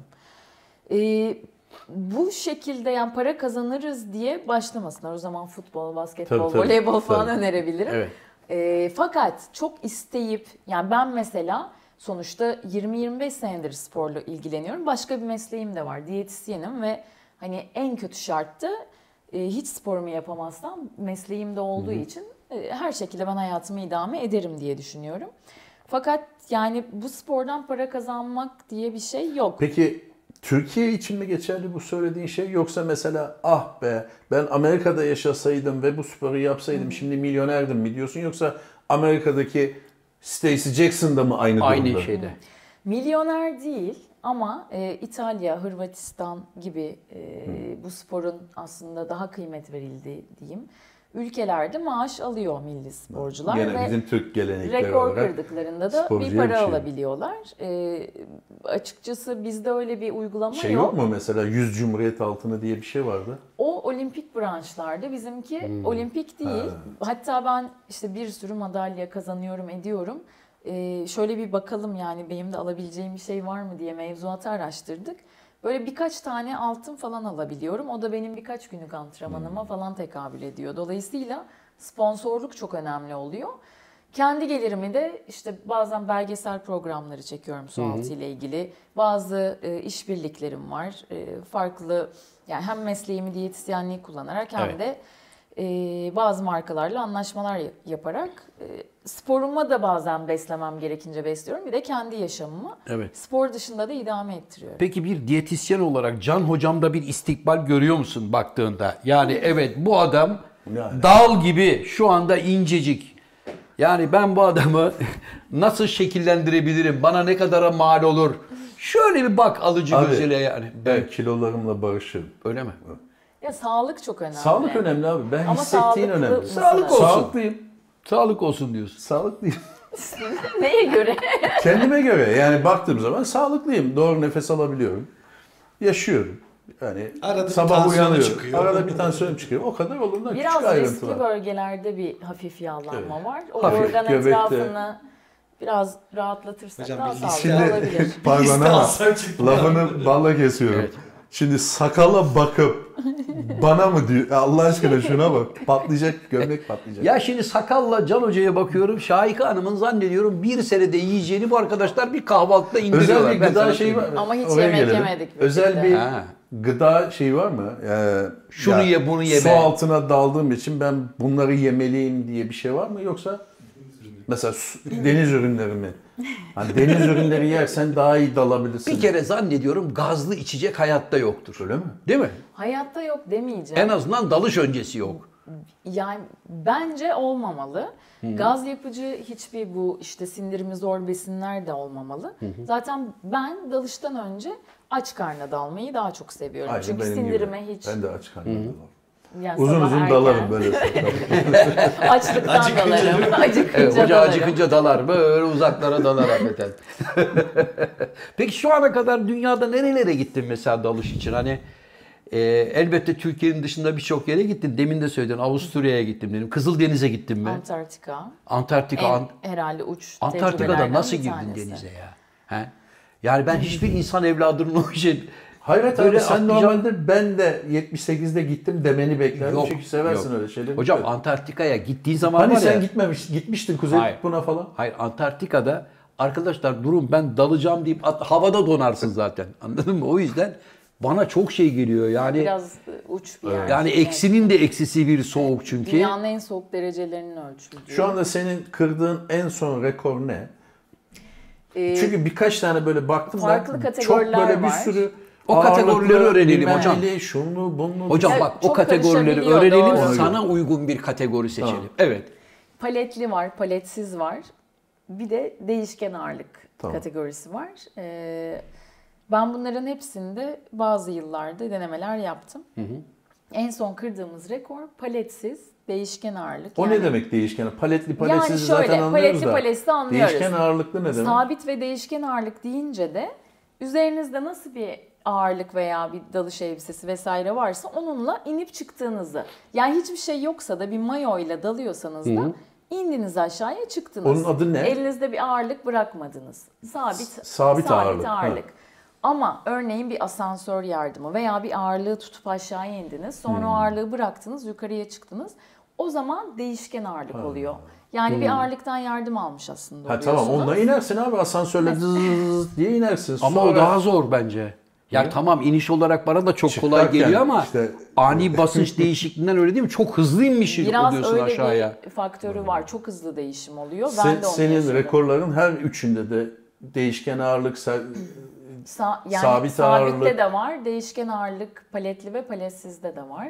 Bu şekilde yani para kazanırız diye başlamasınlar. O zaman futbol, basketbol, Tabii, voleybol falan tabii. önerebilirim. Evet. Fakat çok isteyip yani ben mesela sonuçta 20-25 senedir sporla ilgileniyorum. Başka bir mesleğim de var. Diyetisyenim ve hani en kötü şartta hiç sporumu yapamazsam mesleğimde olduğu için her şekilde ben hayatımı idame ederim diye düşünüyorum. Fakat yani bu spordan para kazanmak diye bir şey yok. Peki Türkiye için mi geçerli bu söylediğin şey, yoksa mesela ah be ben Amerika'da yaşasaydım ve bu sporu yapsaydım şimdi milyonerdim mi diyorsun, yoksa Amerika'daki Stacey Jackson da mı aynı durumda? Aynı şeyde. Milyoner değil ama İtalya, Hırvatistan gibi bu sporun aslında daha kıymet verildiği diyeyim ülkelerde maaş alıyor milli sporcular Gene ve bizim Türk gelenekleri rekor olarak kırdıklarında da bir sporcuya para bir şey. alabiliyorlar. Açıkçası bizde öyle bir uygulama şey yok mu mesela 100 Cumhuriyet altını diye bir şey vardı. O olimpik branşlarda, bizimki olimpik değil. Hatta ben işte bir sürü madalya kazanıyorum, ediyorum. Şöyle bir bakalım yani benim de alabileceğim bir şey var mı diye mevzuatı araştırdık. Böyle birkaç tane altın falan alabiliyorum. O da benim birkaç günlük antrenmanıma falan tekabül ediyor. Dolayısıyla sponsorluk çok önemli oluyor. Kendi gelirimi de işte bazen belgesel programları çekiyorum sualtı ile ilgili. Bazı işbirliklerim var. Farklı yani hem mesleğimi diyetisyenliği kullanarak hem de bazı markalarla anlaşmalar yaparak sporuma da bazen beslemem gerekince besliyorum. Bir de kendi yaşamımı spor dışında da idame ettiriyorum. Peki bir diyetisyen olarak Can Hocam'da bir istikbal görüyor musun baktığında? Yani evet bu adam dal gibi şu anda incecik. Yani ben bu adamı nasıl şekillendirebilirim? Bana ne kadara mal olur? Şöyle bir bak alıcı Abi, gözüyle yani. Ben kilolarımla barışırım. Öyle mi? Ya sağlık çok önemli. Sağlık önemli abi. Ben Ama hissettiğin sağlıklı önemli. mısın? Sağlık olsun. Sağlıklıyım. Sağlık olsun diyorsun. Sağlıklıyım. Neye göre? Kendime göre yani baktığım zaman sağlıklıyım. Doğru nefes alabiliyorum. Yaşıyorum. Yani Arada bir sabah tansiyonu uyanıyorum. çıkıyor. Arada bir tansiyonum çıkıyor. O kadar olur da Biraz küçük riskli ayrıntılar. bölgelerde bir hafif yağlanma var. O Hafif, organ göbekte. etrafını biraz rahatlatırsak Hocam, daha bir sağlıklı olabilir. Pardon ama alsam çıktı. lafını balla kesiyorum. Şimdi sakala bakıp bana mı diyor? Allah aşkına şuna bak. Patlayacak, gömlek patlayacak. Ya şimdi sakalla Can Hoca'ya bakıyorum. Şahika Hanım'ın zannediyorum bir senede yiyeceğini bu arkadaşlar bir kahvaltıda indiriyorlar. Özel bir Ben gıda sana şeyi var söyleyeyim. mı? Ama hiç Oraya yemek gelelim. yemedik Özel birlikte. bir Ha. gıda şeyi var mı? Şunu ye, bunu yeme. Su altına daldığım için ben bunları yemeliyim diye bir şey var mı? Yoksa mesela deniz ürünleri mi? Hani deniz ürünleri yersen daha iyi dalabilirsin. Bir kere zannediyorum gazlı içecek hayatta yoktur. Öyle mi? Değil mi? Hayatta yok demeyeceğim. En azından dalış öncesi yok. Yani bence olmamalı. Gaz yapıcı hiçbir bu işte sindirimi zor besinler de olmamalı. Zaten ben dalıştan önce aç karnına dalmayı daha çok seviyorum. Aynen Çünkü benim sindirime gibi. hiç... Ben de aç karnına dalarım. yani Uzun sabah uzun erken dalarım böyle. Açlıktan dalarım. Acıkınca Evet, hoca dalarım. acıkınca dalar. Böyle uzaklara dalar hakikaten. Peki şu ana kadar dünyada nerelere gittin mesela dalış için? Hani elbette Türkiye'nin dışında birçok yere gittin. Demin de söyledin. Avusturya'ya gittim dedim. Kızıldeniz'e gittin mi? Antarktika. Antarktika. Herhalde uç Antarktika'da tecrübelerden nasıl bir girdin tanesi. denize ya? He? Yani ben hiçbir insan evladının o işe Hayret böyle abi sen atlayacağım- normalde ben de 78'de gittim demeni beklerim. Yok, Çünkü seversin yok. öyle şeyleri. Hocam Antarktika'ya gittiğin zaman hani var sen ya. gitmiştin Kuzey Hayır. Kutbu'na falan. Hayır, Antarktika'da arkadaşlar durun ben dalacağım deyip havada donarsın zaten. Anladın mı? O yüzden bana çok şey geliyor. Yani Biraz uç bir yer. yani eksinin de eksisi bir soğuk çünkü. Dünyanın en soğuk derecelerinin ölçüldüğü. Şu anda senin kırdığın en son rekor ne? Çünkü birkaç tane böyle baktım farklı ben kategoriler çok böyle bir var. sürü O kategorileri ağırlıklı, öğrenelim bilmem hocam. neli, şunu bunu. Hocam Evet, bak o çok kategorileri karışabiliyor, öğrenelim. doğru. Sana uygun bir kategori seçelim. Tamam. Evet. Paletli var, paletsiz var. Bir de değişken ağırlık Tamam. kategorisi var. Ben bunların hepsinde bazı yıllarda denemeler yaptım. En son kırdığımız rekor paletsiz, değişken ağırlık. O ne demek değişken? Paletli paletsiz şöyle, zaten anlıyoruz paletli da. paletsiz anlıyoruz. Değişken ağırlıklı ne demek? Sabit ve değişken ağırlık deyince de üzerinizde nasıl bir ağırlık veya bir dalış elbisesi vesaire varsa onunla inip çıktığınızı. Yani hiçbir şey yoksa da bir mayo ile dalıyorsanız da indiniz aşağıya çıktınız. Onun adı ne? Elinizde bir ağırlık bırakmadınız. Sabit ağırlık. ağırlık. Ama örneğin bir asansör yardımı veya bir ağırlığı tutup aşağıya indiniz. Sonra o ağırlığı bıraktınız, yukarıya çıktınız. O zaman değişken ağırlık oluyor. Yani bir ağırlıktan yardım almış aslında oluyorsunuz. Tamam, onunla inersin abi, asansörle zzzz diye inersin. Ama o daha zor bence. Ya tamam, iniş olarak bana da çok kolay Çıkarken geliyor ama işte- ani basınç değişikliğinden öyle değil mi? Çok hızlı inmiş Biraz oluyorsun öyle aşağıya. bir faktörü var. Çok hızlı değişim oluyor. Ben de onu Senin yaşadım. rekorların her üçünde de değişken ağırlık, Yani sabit sabitte ağırlık. de var, değişken ağırlık paletli ve paletsizde de var.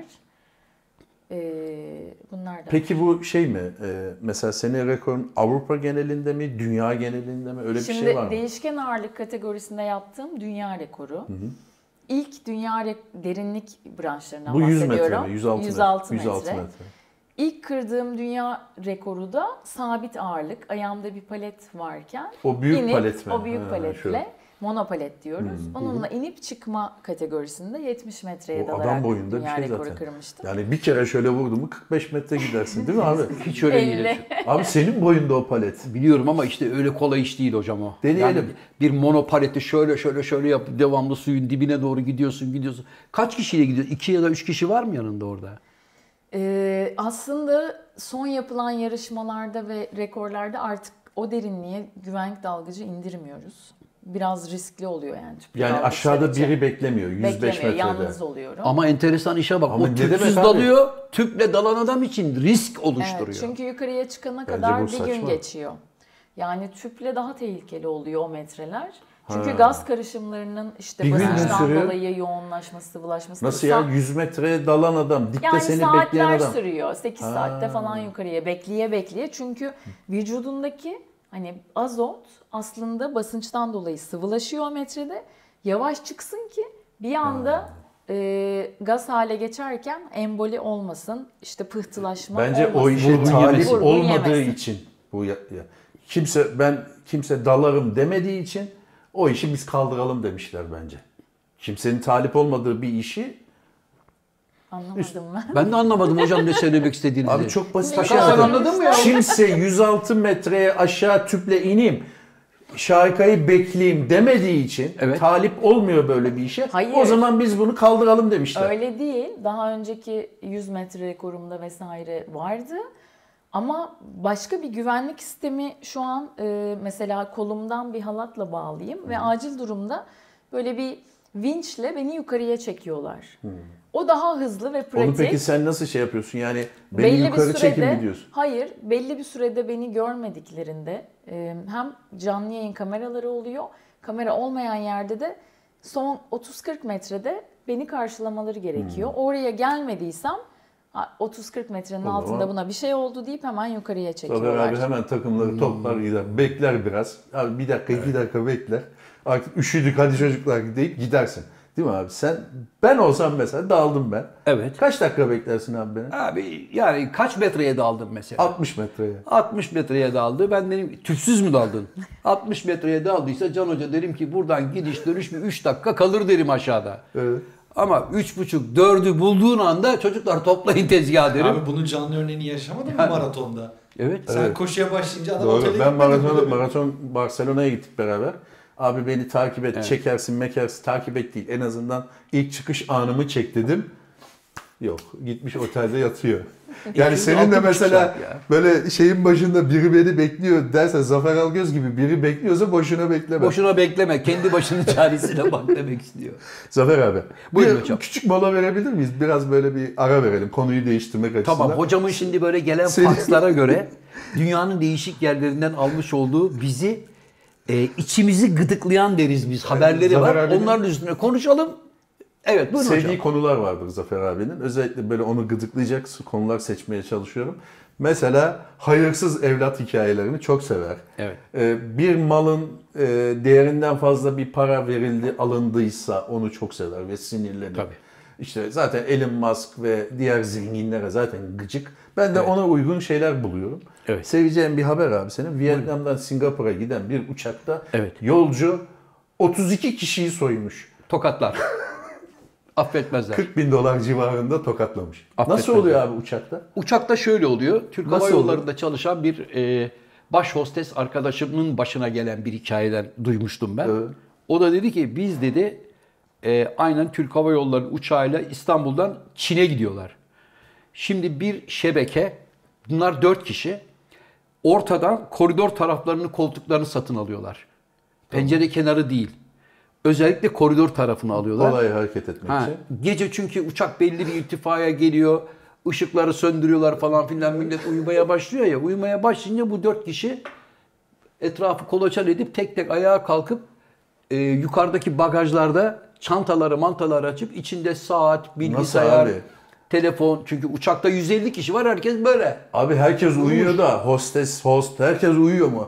Bunlar da. Peki bu şey mi? Mesela senin rekorun Avrupa genelinde mi, dünya genelinde mi? Öyle bir Şimdi şey var mı? değişken ağırlık kategorisinde yaptığım dünya rekoru. İlk dünya derinlik branşlarından Bu 100 bahsediyorum. metre mi? 106 106 metre. metre. İlk kırdığım dünya rekoru da sabit ağırlık. Ayağımda bir palet varken O büyük inip, palet mi? O büyük Ha, paletle şöyle. monopalet diyoruz. Onunla inip çıkma kategorisinde 70 metreye O dalarak adam boyunda bir dünya şey rekoru zaten. kırmıştım. Yani bir kere şöyle vurdu mu 45 metre gidersin değil mi abi? Hiç öyle 50. değil. Abi senin boyunda o palet. Biliyorum ama işte öyle kolay iş değil hocam o. Deneyelim. Yani bir monopaleti şöyle yap, devamlı suyun dibine doğru gidiyorsun. Kaç kişiyle gidiyorsun? 2 ya da 3 kişi var mı yanında orada? Aslında son yapılan yarışmalarda ve rekorlarda artık o derinliğe güvenlik dalgıcı indirmiyoruz. Biraz riskli oluyor yani. Tüplü Yani dalgıç aşağıda sürece. biri beklemiyor 105 Beklemiyor, metrede. yalnız oluyorum. Ama enteresan işe bak. Ama O ne tüpsüz demek abi? dalıyor, tüple dalan adam için risk oluşturuyor. Evet, çünkü yukarıya çıkana Bence kadar bu bir gün saçma. geçiyor. Yani tüple daha tehlikeli oluyor o metreler. Çünkü gaz karışımlarının işte Bir gün basınçtan sürüyor. dolayı yoğunlaşması, sıvılaşması. Nasıl ya? 100 metreye dalan adam, dipte Yani seni bekleyen saatler adam. sürüyor. 8 saatte falan yukarıya bekleye. Çünkü vücudundaki hani azot aslında basınçtan dolayı sıvılaşıyor o metrede. Yavaş çıksın ki bir anda gaz hale geçerken emboli olmasın, işte pıhtılaşma Bence olmasın. o işe Vurgun talip yemesin. Vurgun olmadığı yemesin. için bu kimse dalarım demediği için o işi biz kaldıralım demişler bence. Kimsenin talip olmadığı bir işi Anlamadım ben. Ben de anlamadım hocam ne söylemek istediğinizi. abi çok basit bir Fakat şey. sen zaten. anladın mı ya? Kimse 106 metreye aşağı tüple ineyim, şarkayı bekleyeyim demediği için Evet. talip olmuyor böyle bir işe. Hayır. O zaman biz bunu kaldıralım demişler. Öyle değil. Daha önceki 100 metre rekorumda vesaire vardı. Ama başka bir güvenlik sistemi şu an mesela kolumdan bir halatla bağlayayım ve acil durumda böyle bir vinçle beni yukarıya çekiyorlar. O daha hızlı ve pratik. Onu peki sen nasıl şey yapıyorsun? Yani beni Belli bir yukarı çekin sürede, mi diyorsun? hayır, belli bir sürede beni görmediklerinde hem canlı yayın kameraları oluyor, kamera olmayan yerde de son 30-40 metrede beni karşılamaları gerekiyor. Oraya gelmediysem 30-40 metrenin O altında zaman- buna bir şey oldu deyip hemen yukarıya Zafer çekiyorlar. abi hemen takımları toplar gider. Bekler biraz. Abi bir dakika 2 dakika bekler. Artık üşüdük hadi çocuklar deyip gidersin. Değil mi abi? Ben olsam mesela daldım ben. Evet. Kaç dakika beklersin abi beni? Abi yani kaç metreye daldın mesela? 60 metreye. 60 metreye daldı. Ben dedim tüpsüz mü daldın? 60 metreye daldıysa Can Hoca derim ki buradan gidiş dönüş bir 3 dakika kalır derim aşağıda. Evet. Ama 3,5-4'ü bulduğun anda çocuklar toplayın tezgahı derim. Abi bunun canlı örneğini yaşamadın mı maratonda? Evet. Sen koşuya başlayınca adam Doğru. otele Ben gitmedi mi? maraton Barcelona'ya gittik beraber. Abi beni takip et, Evet. çekersin, mekersin. Takip et değil. En azından ilk çıkış anımı çek dedim. Yok. Gitmiş otelde yatıyor. Yani senin de 6,5 mesela saat ya. böyle şeyin başında biri beni bekliyor derse Zafer Algöz gibi biri bekliyorsa boşuna bekleme. Boşuna bekleme. Kendi başının çaresine bak demek istiyor. Zafer abi. Buyurun bir hocam. küçük mola verebilir miyiz? Biraz böyle bir ara verelim. Konuyu değiştirmek açısından. Tamam, hocamın şimdi böyle gelen Senin- fakslara göre dünyanın değişik yerlerinden almış olduğu bizi içimizi gıdıklayan deriz biz. Haberleri Zafer var. abinin- Onların üstüne konuşalım. Evet, buyurun Sevdiği hocam. konular vardır Zafer abinin. Özellikle böyle onu gıdıklayacak konular seçmeye çalışıyorum. Mesela hayırsız evlat hikayelerini çok sever. Evet. Bir malın değerinden fazla bir para verildi, alındıysa onu çok sever ve sinirlenir. Tabii. İşte zaten Elon Musk ve diğer zenginlere zaten gıcık. Ben de Evet. ona uygun şeyler buluyorum. Evet. Seveceğim bir haber abi senin. Vietnam'dan Singapur'a giden bir uçakta Evet. yolcu 32 kişiyi soymuş. Tokatlar. Affetmezler. 40 bin dolar civarında tokatlamış. Affetmez Nasıl oluyor ya. abi uçakta? Uçakta şöyle oluyor. Türk Hava Nasıl Yolları'nda çalışan bir baş hostes arkadaşımın başına gelen bir hikayeden duymuştum ben. Evet. O da dedi ki biz dedi aynen Türk Hava Yolları uçağıyla İstanbul'dan Çin'e gidiyorlar. Şimdi bir şebeke, bunlar 4 kişi, ortadan koridor taraflarını, koltuklarını satın alıyorlar. Pencere kenarı değil. Özellikle koridor tarafını alıyorlar. Kolay hareket etmek Ha, için. gece çünkü uçak belli bir irtifaya geliyor. Işıkları söndürüyorlar falan filan, millet uyumaya başlıyor ya. Uyumaya başlayınca bu 4 kişi etrafı kolaçan edip tek tek ayağa kalkıp yukarıdaki bagajlarda çantaları mantaları açıp içinde saat, bilgisayar, abi? telefon. Çünkü uçakta 150 kişi var, herkes böyle. Abi herkes uyuyor da host herkes uyuyor mu?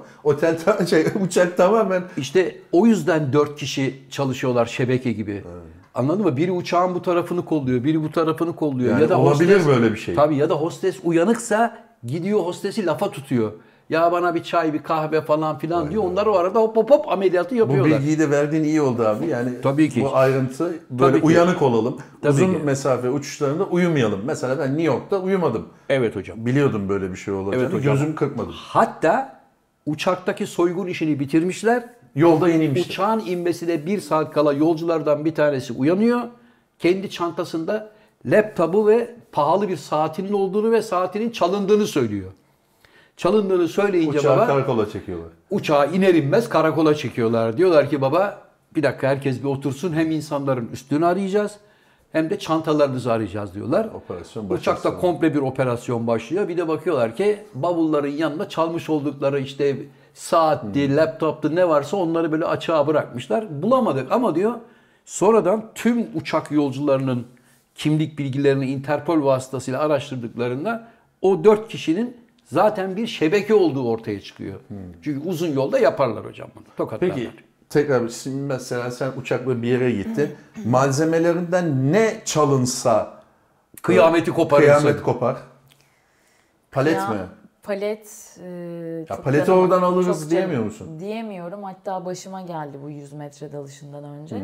Uçak tamamen İşte o yüzden 4 kişi çalışıyorlar şebeke gibi. Anladın mı? Biri uçağın bu tarafını kolluyor, biri bu tarafını kolluyor. Yani ya da olabilir böyle bir şey. Tabii, ya da hostes uyanıksa gidiyor hostesi lafa tutuyor. Ya bana bir çay, bir kahve falan filan diyor. Onlar o arada hop hop hop ameliyatı bu yapıyorlar. bilgiyi de verdiğin iyi oldu abi. Yani Tabii ki. bu ayrıntı böyle Tabii ki. uyanık olalım. Tabii Uzun ki. mesafe uçuşlarında uyumayalım. Mesela ben New York'ta uyumadım. Evet hocam. Biliyordum böyle bir şey olacağını. Evet hocam. Gözüm kırpmadı. Hatta uçaktaki soygun işini bitirmişler. Yolda yenilmiştim. Uçağın inmesine 1 saat kala yolculardan bir tanesi uyanıyor. Kendi çantasında laptopu ve pahalı bir saatinin olduğunu ve saatinin çalındığını söylüyor. Çalındığını söyleyince Uçağı baba karakola çekiyorlar. uçağı iner inmez karakola çekiyorlar. Diyorlar ki baba bir dakika herkes bir otursun, hem insanların üstünü arayacağız hem de çantalarınızı arayacağız diyorlar. Operasyon Uçakta başlasın. komple bir operasyon başlıyor. Bir de bakıyorlar ki bavulların yanında çalmış oldukları işte saatti, laptoptu ne varsa onları böyle açığa bırakmışlar. Bulamadık ama diyor sonradan tüm uçak yolcularının kimlik bilgilerini Interpol vasıtasıyla araştırdıklarında o 4 kişinin zaten bir şebeke olduğu ortaya çıkıyor. Çünkü uzun yolda yaparlar hocam bunu. Tokatlarlar. Peki tekrar şimdi mesela sen uçakla bir yere gittin. Malzemelerinden ne çalınsa Kıyameti koparırsın. kıyamet kopar. Palet Ya, mi? Palet. Ya çok paleti canım- oradan alırız çok diyemiyor canım- musun? Diyemiyorum. Hatta başıma geldi bu 100 metre dalışından önce.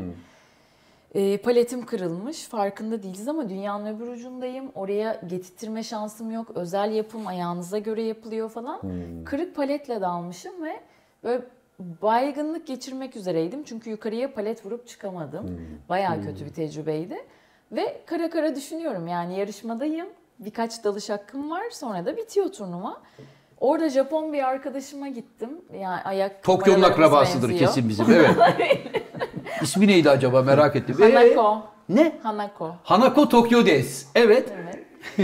Paletim kırılmış. Farkında değiliz ama dünyanın öbür ucundayım. Oraya getirtme şansım yok. Özel yapım ayağınıza göre yapılıyor falan. Kırık paletle dalmışım ve böyle baygınlık geçirmek üzereydim. Çünkü yukarıya palet vurup çıkamadım. Bayağı kötü bir tecrübeydi. Ve kara kara düşünüyorum, yani yarışmadayım. Birkaç dalış hakkım var. Sonra da bitiyor turnuva. Orada Japon bir arkadaşıma gittim. Yani ayak Tokyo'nun numaralarımız akrabasıdır benziyor. kesin bizim. Evet. İsmi neydi acaba, merak ettim. Hanako. Ne? Hanako. Hanako Tokyo Des. Evet. Evet.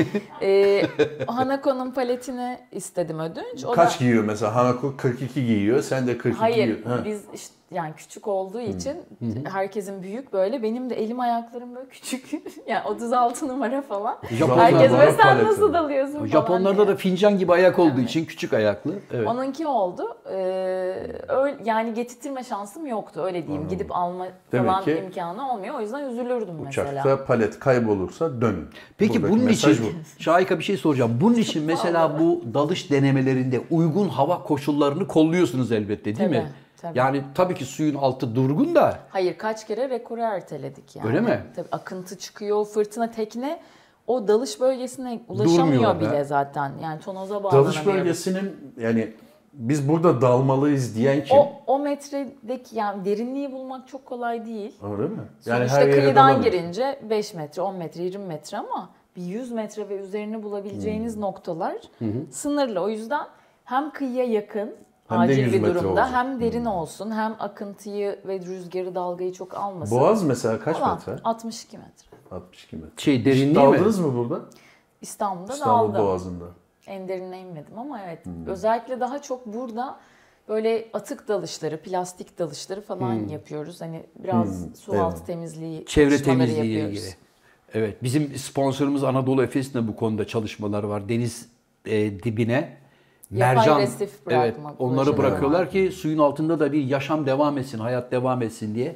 Hanako'nun paletini istedim ödünç. O Kaç da, giyiyor mesela? Hanako 42 giyiyor. Sen de 42 hayır, giyiyor. Ha. biz işte yani küçük olduğu için herkesin büyük böyle, benim de elim ayaklarım böyle küçük. Yani 36 numara falan. Japonlar Herkes var, böyle sen paleti. nasıl dalıyorsun falan Japonlarda diye. da fincan gibi ayak olduğu için küçük ayaklı. Evet. Onunki oldu. Öyle, yani getirtme şansım yoktu, öyle diyeyim. Gidip alma Demek falan ki imkanı olmuyor. O yüzden üzülürdüm mesela. Uçakta palet kaybolursa dönün. Peki Buradaki bunun mesaj için, bu. Şahika bir şey soracağım. Bunun için mesela bu dalış denemelerinde uygun hava koşullarını kolluyorsunuz elbette, değil mi? Tabii, tabii. Yani tabii ki suyun altı durgun da. Hayır, kaç kere rekoru erteledik yani. Öyle mi? Tabii akıntı çıkıyor, fırtına, tekne o dalış bölgesine ulaşamıyor Durmuyor bile da. zaten. Yani tonoza bağlanamıyoruz. Dalış bölgesinin yani biz burada dalmalıyız diyen kim? O metredeki yani derinliği bulmak çok kolay değil. Öyle mi? Sonuçta yere kıyıdan dalamıyorsun. girince 5 metre, 10 metre, 20 metre ama bir 100 metre ve üzerini bulabileceğiniz noktalar sınırlı. O yüzden hem kıyıya yakın, Hem de acil 100 bir metre durumda, olacak. hem derin olsun, hem akıntıyı ve rüzgarı, dalgayı çok almasın. Boğaz mesela kaç Falan. metre? 62 metre. 62 metre. Şey, Hiç derinliği mi? daldınız mı burada? İstanbul'da İstanbul daldım. Boğazı'nda. En derine inmedim ama evet. Özellikle daha çok burada böyle atık dalışları, plastik dalışları falan yapıyoruz. Hani biraz su altı temizliği Çevre çalışmaları temizliği ile yapıyoruz. ilgili. Evet, bizim sponsorumuz Anadolu Efes'in de bu konuda çalışmaları var. Deniz dibine mercan, resif evet, bırakma onları projeleri bırakıyorlar ki suyun altında da bir yaşam devam etsin, hayat devam etsin diye.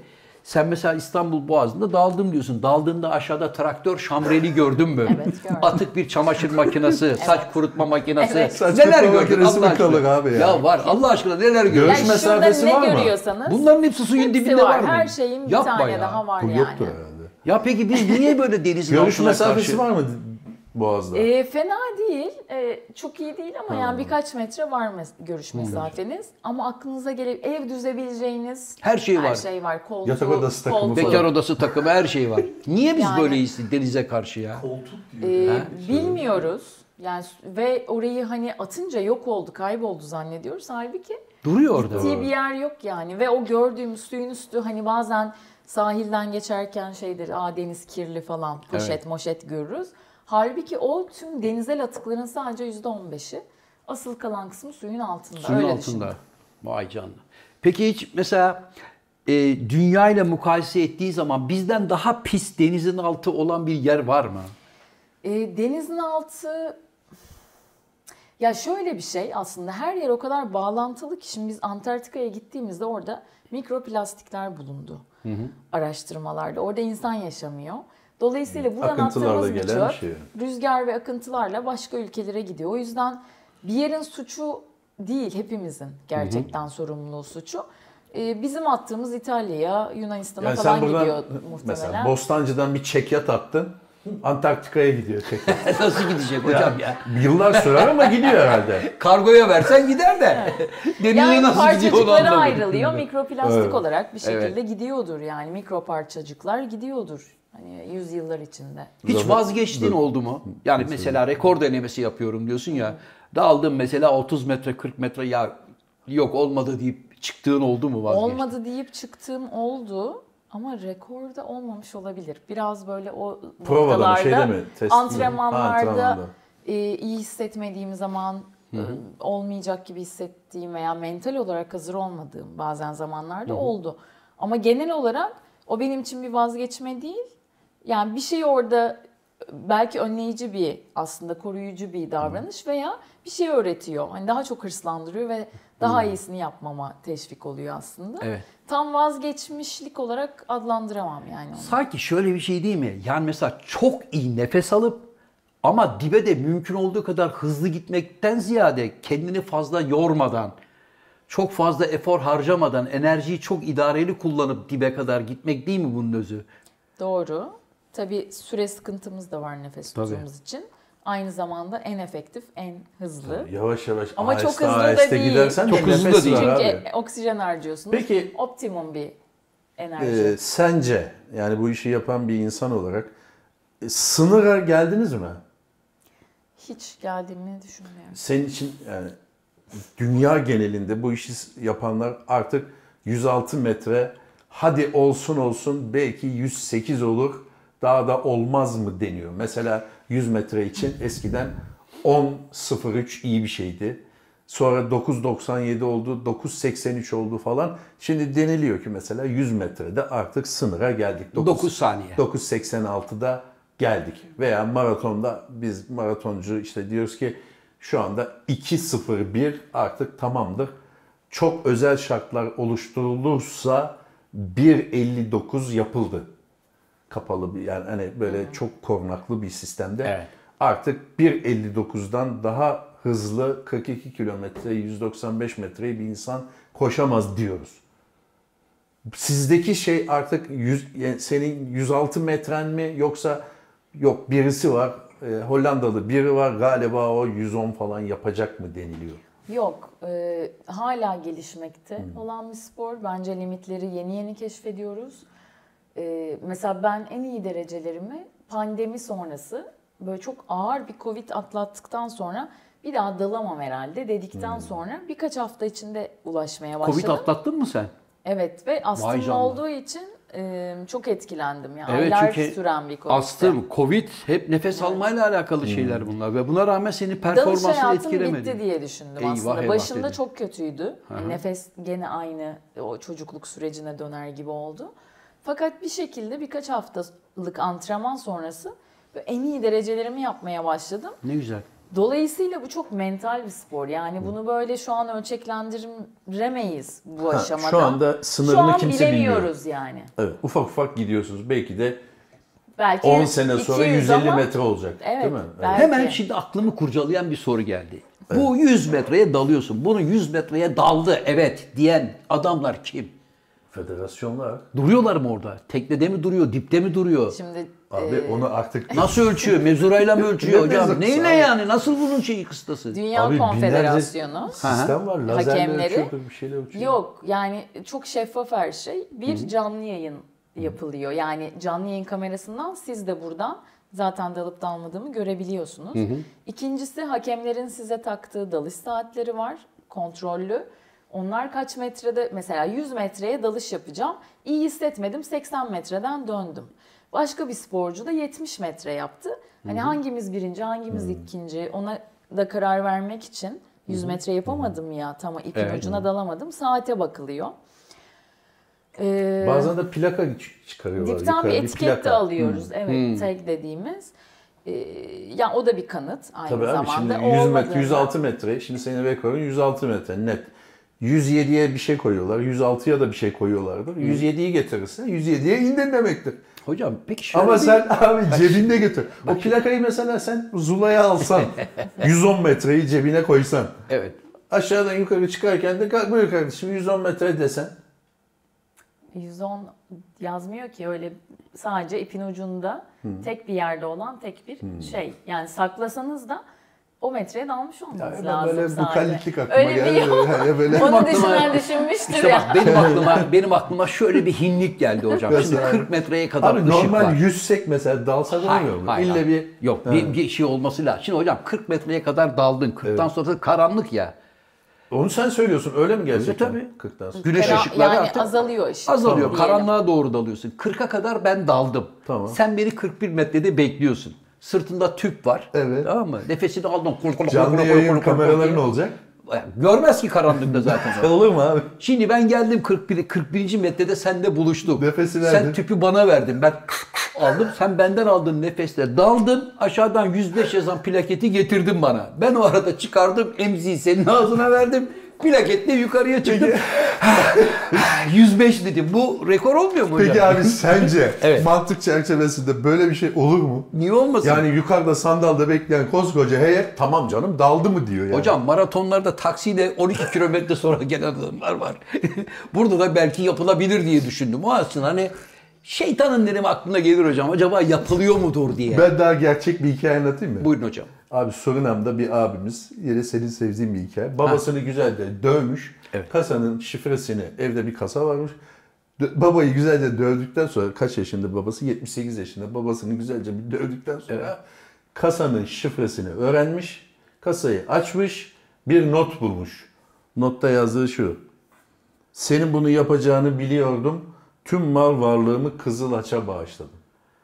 Sen mesela İstanbul Boğazı'nda daldım diyorsun. Daldığında aşağıda traktör şamreli gördün mü? Evet, gördüm. Atık bir çamaşır makinesi, saç kurutma makinesi. Evet. Saç Neler kurutma gördün makinesi Allah mi kalır aşkına? abi ya? Ya var Allah aşkına neler gördün? Görüş Yani mesafesi şurada var ne mı? görüyorsanız Bunların hepsi suyun hepsi dibinde var mı? Her şeyin bir Yapma tane ya. daha var Bu yani. yoktur herhalde. Ya peki biz niye böyle denizin Görüş altına mesafesi karşı... var mı Boğaz'da? Fena değil. Çok iyi değil ama yani birkaç metre var görüş mesafeniz. Ama aklınıza gelip ev düzebileceğiniz Her şey var. Her şey var. Koltuğu, Yatak odası takımı koltuğu. falan. Bekar odası takımı her şey var. Niye biz Yani- böyleyiz denize karşı ya? Koltuk diyor. Bilmiyoruz. Yani ve orayı hani atınca yok oldu, kayboldu zannediyoruz. Halbuki Duruyor orada. gittiği bir yer yok yani. Ve o gördüğümüz suyun üstü hani bazen sahilden geçerken şeydir, deniz kirli falan, poşet moşet görürüz. Halbuki o tüm denizel atıkların sadece %15'i. Asıl kalan kısmı suyun altında. Suyun Öyle altında. düşünün. Vay canına. Peki hiç mesela dünya ile mukayese ettiği zaman bizden daha pis denizin altı olan bir yer var mı? Denizin altı... Ya şöyle bir şey aslında her yer o kadar bağlantılı ki şimdi biz Antarktika'ya gittiğimizde orada mikroplastikler bulundu araştırmalarda. Orada insan yaşamıyor. Dolayısıyla buradan Akıntılarla attığımız bir gelen çöp şey. rüzgar ve akıntılarla başka ülkelere gidiyor. O yüzden bir yerin suçu değil, hepimizin gerçekten sorumluluğu suçu. Bizim attığımız İtalya'ya, Yunanistan'a Yani falan sen buradan gidiyor muhtemelen. mesela Bostancı'dan bir çekyat attın. Antarktika'ya gidiyor çekyat. Nasıl gidecek hocam ya? Yıllar sürer ama gidiyor herhalde. Kargoya versen gider de. Denize Yani nasıl gidiyor onu parçacıklara anlamadım. ayrılıyor. Mikroplastik Evet. olarak bir şekilde Evet. gidiyordur yani. Mikro parçacıklar gidiyordur. Hani yüzyıllar içinde. Hiç vazgeçtiğin oldu mu? Yani mesela rekor denemesi yapıyorum diyorsun ya. Daldım mesela 30 metre 40 metre ya yok olmadı deyip çıktığın oldu mu vazgeçtin? Olmadı deyip çıktığım oldu. Ama rekorda olmamış olabilir. Biraz böyle o Provada mı, noktalarda, şeyde mi? Test mi? antrenmanlarda Antrenmanda. iyi hissetmediğim zaman olmayacak gibi hissettiğim veya mental olarak hazır olmadığım bazen zamanlarda oldu. Ama genel olarak o benim için bir vazgeçme değil. Yani bir şey orada belki önleyici bir aslında koruyucu bir davranış veya bir şey öğretiyor. Hani daha çok hırslandırıyor ve daha iyisini yapmama teşvik oluyor aslında. Evet. Tam vazgeçmişlik olarak adlandıramam yani onu. Sanki şöyle bir şey değil mi? Yani mesela çok iyi nefes alıp ama dibe de mümkün olduğu kadar hızlı gitmekten ziyade kendini fazla yormadan, çok fazla efor harcamadan, enerjiyi çok idareli kullanıp dibe kadar gitmek değil mi bunun özü? Doğru. Tabii süre sıkıntımız da var nefes tuttuğumuz için. Aynı zamanda en efektif, en hızlı. Yavaş yavaş Ama çok aheste hızlı da aheste değil. gidersen Çok de hızlı da nefes değil. var Çünkü abi. oksijen harcıyorsunuz. Peki, Optimum bir enerji. Sence yani bu işi yapan bir insan olarak sınıra geldiniz mi? Hiç geldiğimi düşünmüyorum. Senin için yani dünya genelinde bu işi yapanlar artık 106 metre hadi olsun belki 108 olur daha da olmaz mı deniyor. Mesela 100 metre için eskiden 10.03 iyi bir şeydi. Sonra 9.97 oldu, 9.83 oldu falan. Şimdi deniliyor ki mesela 100 metrede artık sınıra geldik. 9 saniye. 9.86'da geldik. Veya maratonda biz maratoncu işte diyoruz ki şu anda 2.01 artık tamamdır. Çok özel şartlar oluşturulursa 1.59 yapıldı. Kapalı bir yani hani böyle çok korunaklı bir sistemde. Evet. Artık 1.59'dan daha hızlı 42 kilometre 195 metreyi bir insan koşamaz diyoruz. Sizdeki şey artık yani senin 106 metren mi yoksa yok birisi var Hollandalı biri var galiba o 110 falan yapacak mı deniliyor. Yok, hala gelişmekte olan bir spor. Bence limitleri yeni yeni keşfediyoruz. Mesela ben en iyi derecelerimi pandemi sonrası böyle çok ağır bir Covid atlattıktan sonra bir daha dalamam herhalde dedikten sonra birkaç hafta içinde ulaşmaya başladım. Covid atlattın mı sen? Evet ve astım canına. olduğu için çok etkilendim. Yani Evet, aylar çünkü süren bir Covid'ti. Astım, Covid hep nefes almayla alakalı şeyler bunlar ve buna rağmen senin Dalış performansını hayatım etkilemedi. bitti diye düşündüm Eyvah, aslında. eyvah Başında dedin. çok kötüydü. Nefes gene aynı o çocukluk sürecine döner gibi oldu. Fakat bir şekilde birkaç haftalık antrenman sonrası en iyi derecelerimi yapmaya başladım. Ne güzel. Dolayısıyla bu çok mental bir spor. Yani bunu böyle şu an ölçeklendiremeyiz bu aşamada. Şu anda sınırını kimse bilmiyor. bilemiyoruz yani. Evet, ufak ufak gidiyorsunuz. Belki de Belki 10 sene sonra 200 150 ama- metre olacak. Evet, Değil mi? belki. Hemen şimdi aklımı kurcalayan bir soru geldi. Bu 100 metreye dalıyorsun. Bunu 100 metreye daldı evet diyen adamlar kim? Federasyonlar. Duruyorlar mı orada? Teknede mi duruyor? Dipte mi duruyor? Şimdi Abi onu artık Nasıl ölçüyor? Mezurayla mı ölçüyor Ne hocam? mezurası Neyle abi? yani? Nasıl bunun şeyi kıstası? Dünya Abi Konfederasyonu sistem var. Lazerle hakemleri ölçüyordur, bir şeyle ölçüyor. yok yani çok şeffaf her şey. Bir canlı yayın yapılıyor. Yani canlı yayın kamerasından siz de buradan zaten dalıp dalmadığımı görebiliyorsunuz. İkincisi hakemlerin size taktığı dalış saatleri var. Kontrollü. Onlar kaç metrede mesela 100 metreye dalış yapacağım. İyi hissetmedim 80 metreden döndüm. Başka bir sporcu da 70 metre yaptı. Hani hangimiz birinci, hangimiz ikinci ona da karar vermek için 100 metre yapamadım ya tam ipin Evet. ucuna dalamadım. Saate bakılıyor. Bazen de plaka çıkarıyorlar. Dipten bir yukarı, etiket de plaka. alıyoruz. Evet, tag dediğimiz. Yani o da bir kanıt aynı Tabii abi zamanda. şimdi 100 metre, Olmadığında- 106 metre. Şimdi senin rekorun 106 metre net. 107'ye bir şey koyuyorlar. 106'ya da bir şey koyuyorlardır. 107'yi getirirsen 107'ye indin demektir. Hocam peki şöyle Ama bir- sen abi cebinde götür. O plakayı mesela sen Zula'ya alsan, 110 metreyi cebine koysan, Evet. aşağıdan yukarı çıkarken de buyur kardeşim 110 metre desen. 110 yazmıyor ki öyle sadece ipin ucunda tek bir yerde olan tek bir şey. Yani saklasanız da o metreye dalmış olmanız Hemen lazım böyle sadece. bukalitlik aklıma Öyle geldi. Yani böyle Onu aklıma- düşünen düşünmüştür İşte ya. bak benim aklıma şöyle bir hinlik geldi hocam. Şimdi Mesela- 40 metreye kadar Abi ışık normal var. yüzsek mesela dalsa olmuyor mu? Hayır, İlle hayır. bir Yok bir şey olması lazım. Şimdi hocam 40 metreye kadar daldın. 40'tan sonra da karanlık ya. onu sen söylüyorsun öyle mi gerçekten? tabii. 40'tan sonra. Güneş Kara- ışıkları yani artık azalıyor ışık. azalıyor. Diyelim. Karanlığa doğru dalıyorsun. 40'a kadar ben daldım. Tamam. Sen beni 41 metrede bekliyorsun. Sırtında tüp var. Evet. Tamam mı? Nefesini aldın. Canlı yayın kameraların olacak. Görmez ki karanlıkta zaten. Olur mu abi? Şimdi ben geldim 41. metrede seninle buluştuk. Nefesi verdin. Sen tüpü bana verdin. Ben aldım. Sen benden aldın nefesle. Daldın. Aşağıdan 105 yazan plaketi getirdin bana. Ben o arada çıkardım. Emziği senin ağzına verdim. Plaketle yukarıya çıktım. 105 dedim. Bu rekor olmuyor mu hocam? Peki abi sence Evet. mantık çerçevesinde böyle bir şey olur mu? Niye olmasın? Yani yukarıda sandalda bekleyen koskoca heyet tamam canım daldı mı diyor yani. Hocam maratonlarda taksiyle 12 kilometre sonra gelen adamlar var. Burada da belki yapılabilir diye düşündüm. O aslında hani şeytanın dedim aklına gelir hocam. Acaba yapılıyor mudur diye. Ben daha gerçek bir hikaye anlatayım mı? Buyurun hocam. Abi Surinam'da bir abimiz, yine senin sevdiğin bir hikaye. Babasını güzelce dövmüş. Evet. Kasanın şifresini, evde bir kasa varmış. Babayı güzelce dövdükten sonra, kaç yaşında babası? 78 yaşında. Babasını güzelce bir dövdükten sonra kasanın şifresini öğrenmiş. Kasayı açmış, bir not bulmuş. Notta yazdığı şu: senin bunu yapacağını biliyordum. Tüm mal varlığımı Kızılaç'a bağışladım.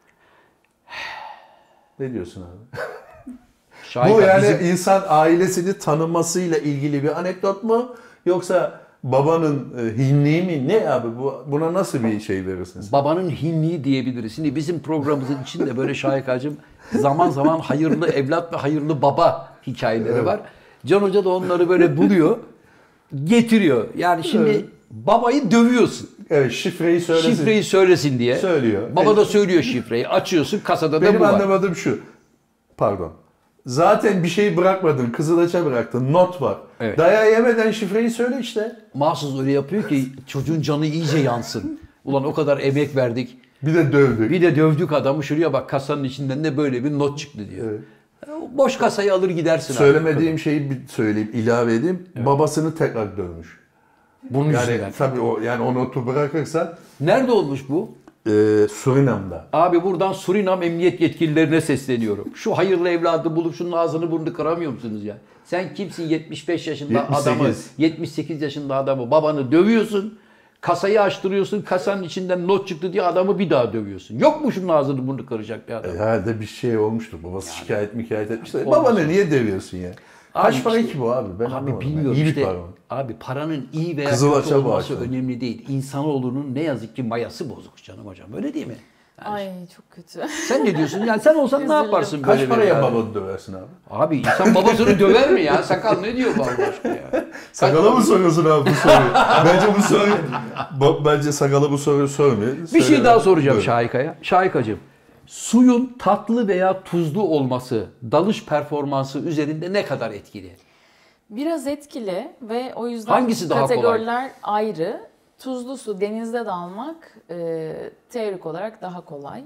Ne diyorsun abi? Şahika, Bu yani bizim- insan ailesini tanımasıyla ilgili bir anekdot mu? Yoksa babanın hinliği mi? Ne abi? Buna nasıl bir şey verirsiniz? babanın hinliği diyebiliriz. Şimdi bizim programımızın içinde böyle Şahikacığım zaman zaman hayırlı evlat ve hayırlı baba hikayeleri var. Can Hoca da onları böyle buluyor, getiriyor. Yani şimdi babayı dövüyorsun. Evet, şifreyi söylesin. Şifreyi söylesin diye. Söylüyor. Baba da söylüyor şifreyi. Açıyorsun kasada da Benim bu var. anlamadığım şu. Pardon. Zaten bir şey bırakmadın. Kızılaç'a bıraktın. Not var. Evet. Dayağı yemeden şifreyi söyle işte. Mahsus öyle yapıyor ki çocuğun canı iyice yansın. Ulan o kadar emek verdik. Bir de dövdük. Bir de dövdük adamı, şuraya bak kasanın içinden de böyle bir not çıktı diyor. Evet. Boş kasayı alır gidersin. abi. Söylemediğim şeyi bir söyleyip ilave edeyim. Babasını tekrar dövmüş. Bunun Yani yüzünden. tabii o notu bırakırsan Nerede olmuş bu? Surinam'da. Abi buradan Surinam emniyet yetkililerine sesleniyorum. Şu hayırlı evladı bulup şunun ağzını burnunu kıramıyor musunuz ya? Sen kimsin 75 yaşında 78. adamı, 78 yaşında adamı, babanı dövüyorsun. Kasayı açtırıyorsun, kasanın içinden not çıktı diye adamı bir daha dövüyorsun. Yok mu şunun ağzını burnunu kıracak bir adam? Herhalde bir şey olmuştur. Babası şikayet etmişler. Olmuş. Babanı niye dövüyorsun ya? Kaç Abi para işte- ki bu abi? Ben Abi anlamadım. bilmiyorum İyi bir işte. para mı? Abi paranın iyi veya Kızılaç'a kötü olması bağışladım. önemli değil. İnsanoğlunun ne yazık ki mayası bozuk canım hocam. Öyle değil mi? Ay çok kötü. Sen ne diyorsun? Yani sen olsan ne Üzüldüm. yaparsın böyle Kaç paraya bir- babanı döversin abi? Abi insan babasını döver mi ya? Sakal ne diyor bu Allah aşkına ya? Sakala mı soruyorsun abi bu soruyu? Bence bu soruyu... Bence Sakala bu soruyu sormuyor. Bir şey daha soracağım Buyurun. Şahika'ya. Şahikacığım, suyun tatlı veya tuzlu olması dalış performansı üzerinde ne kadar etkili? Biraz etkili ve o yüzden Hangisi daha kolay? kategoriler ayrı. Tuzlu su denizde dalmak teorik olarak daha kolay.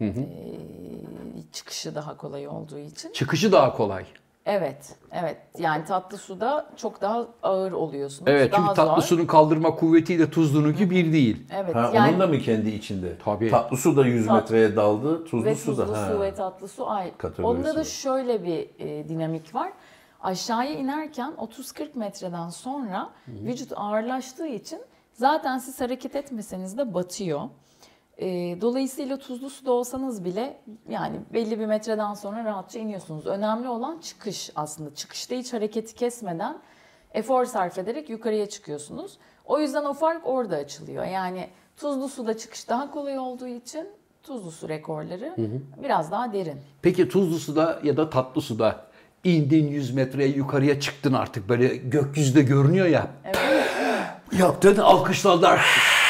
Çıkışı daha kolay olduğu için. Çıkışı daha kolay. Evet, evet. Yani tatlı suda çok daha ağır oluyorsunuz. Evet, daha çünkü tatlı zor. sunun kaldırma kuvvetiyle tuzlununki bir değil. Evet, Ha, yani onun da mı kendi içinde? Tabii. Tatlı su da 100 metreye daldı, tuzlu ve su da. tuzlu Ha. su ve tatlı su ayrı. Kategorisi Onda da var. şöyle bir dinamik var. Aşağıya inerken 30-40 metreden sonra vücut ağırlaştığı için zaten siz hareket etmeseniz de batıyor. Dolayısıyla tuzlu suda olsanız bile yani belli bir metreden sonra rahatça iniyorsunuz. Önemli olan çıkış aslında. Çıkışta hiç hareketi kesmeden efor sarf ederek yukarıya çıkıyorsunuz. O yüzden o fark orada açılıyor. Yani tuzlu suda çıkış daha kolay olduğu için tuzlu su rekorları biraz daha derin. Peki tuzlu suda ya da tatlı suda indin 100 metreye yukarıya çıktın artık böyle gökyüzünde görünüyor ya. Evet. Yaptın alkışladılar.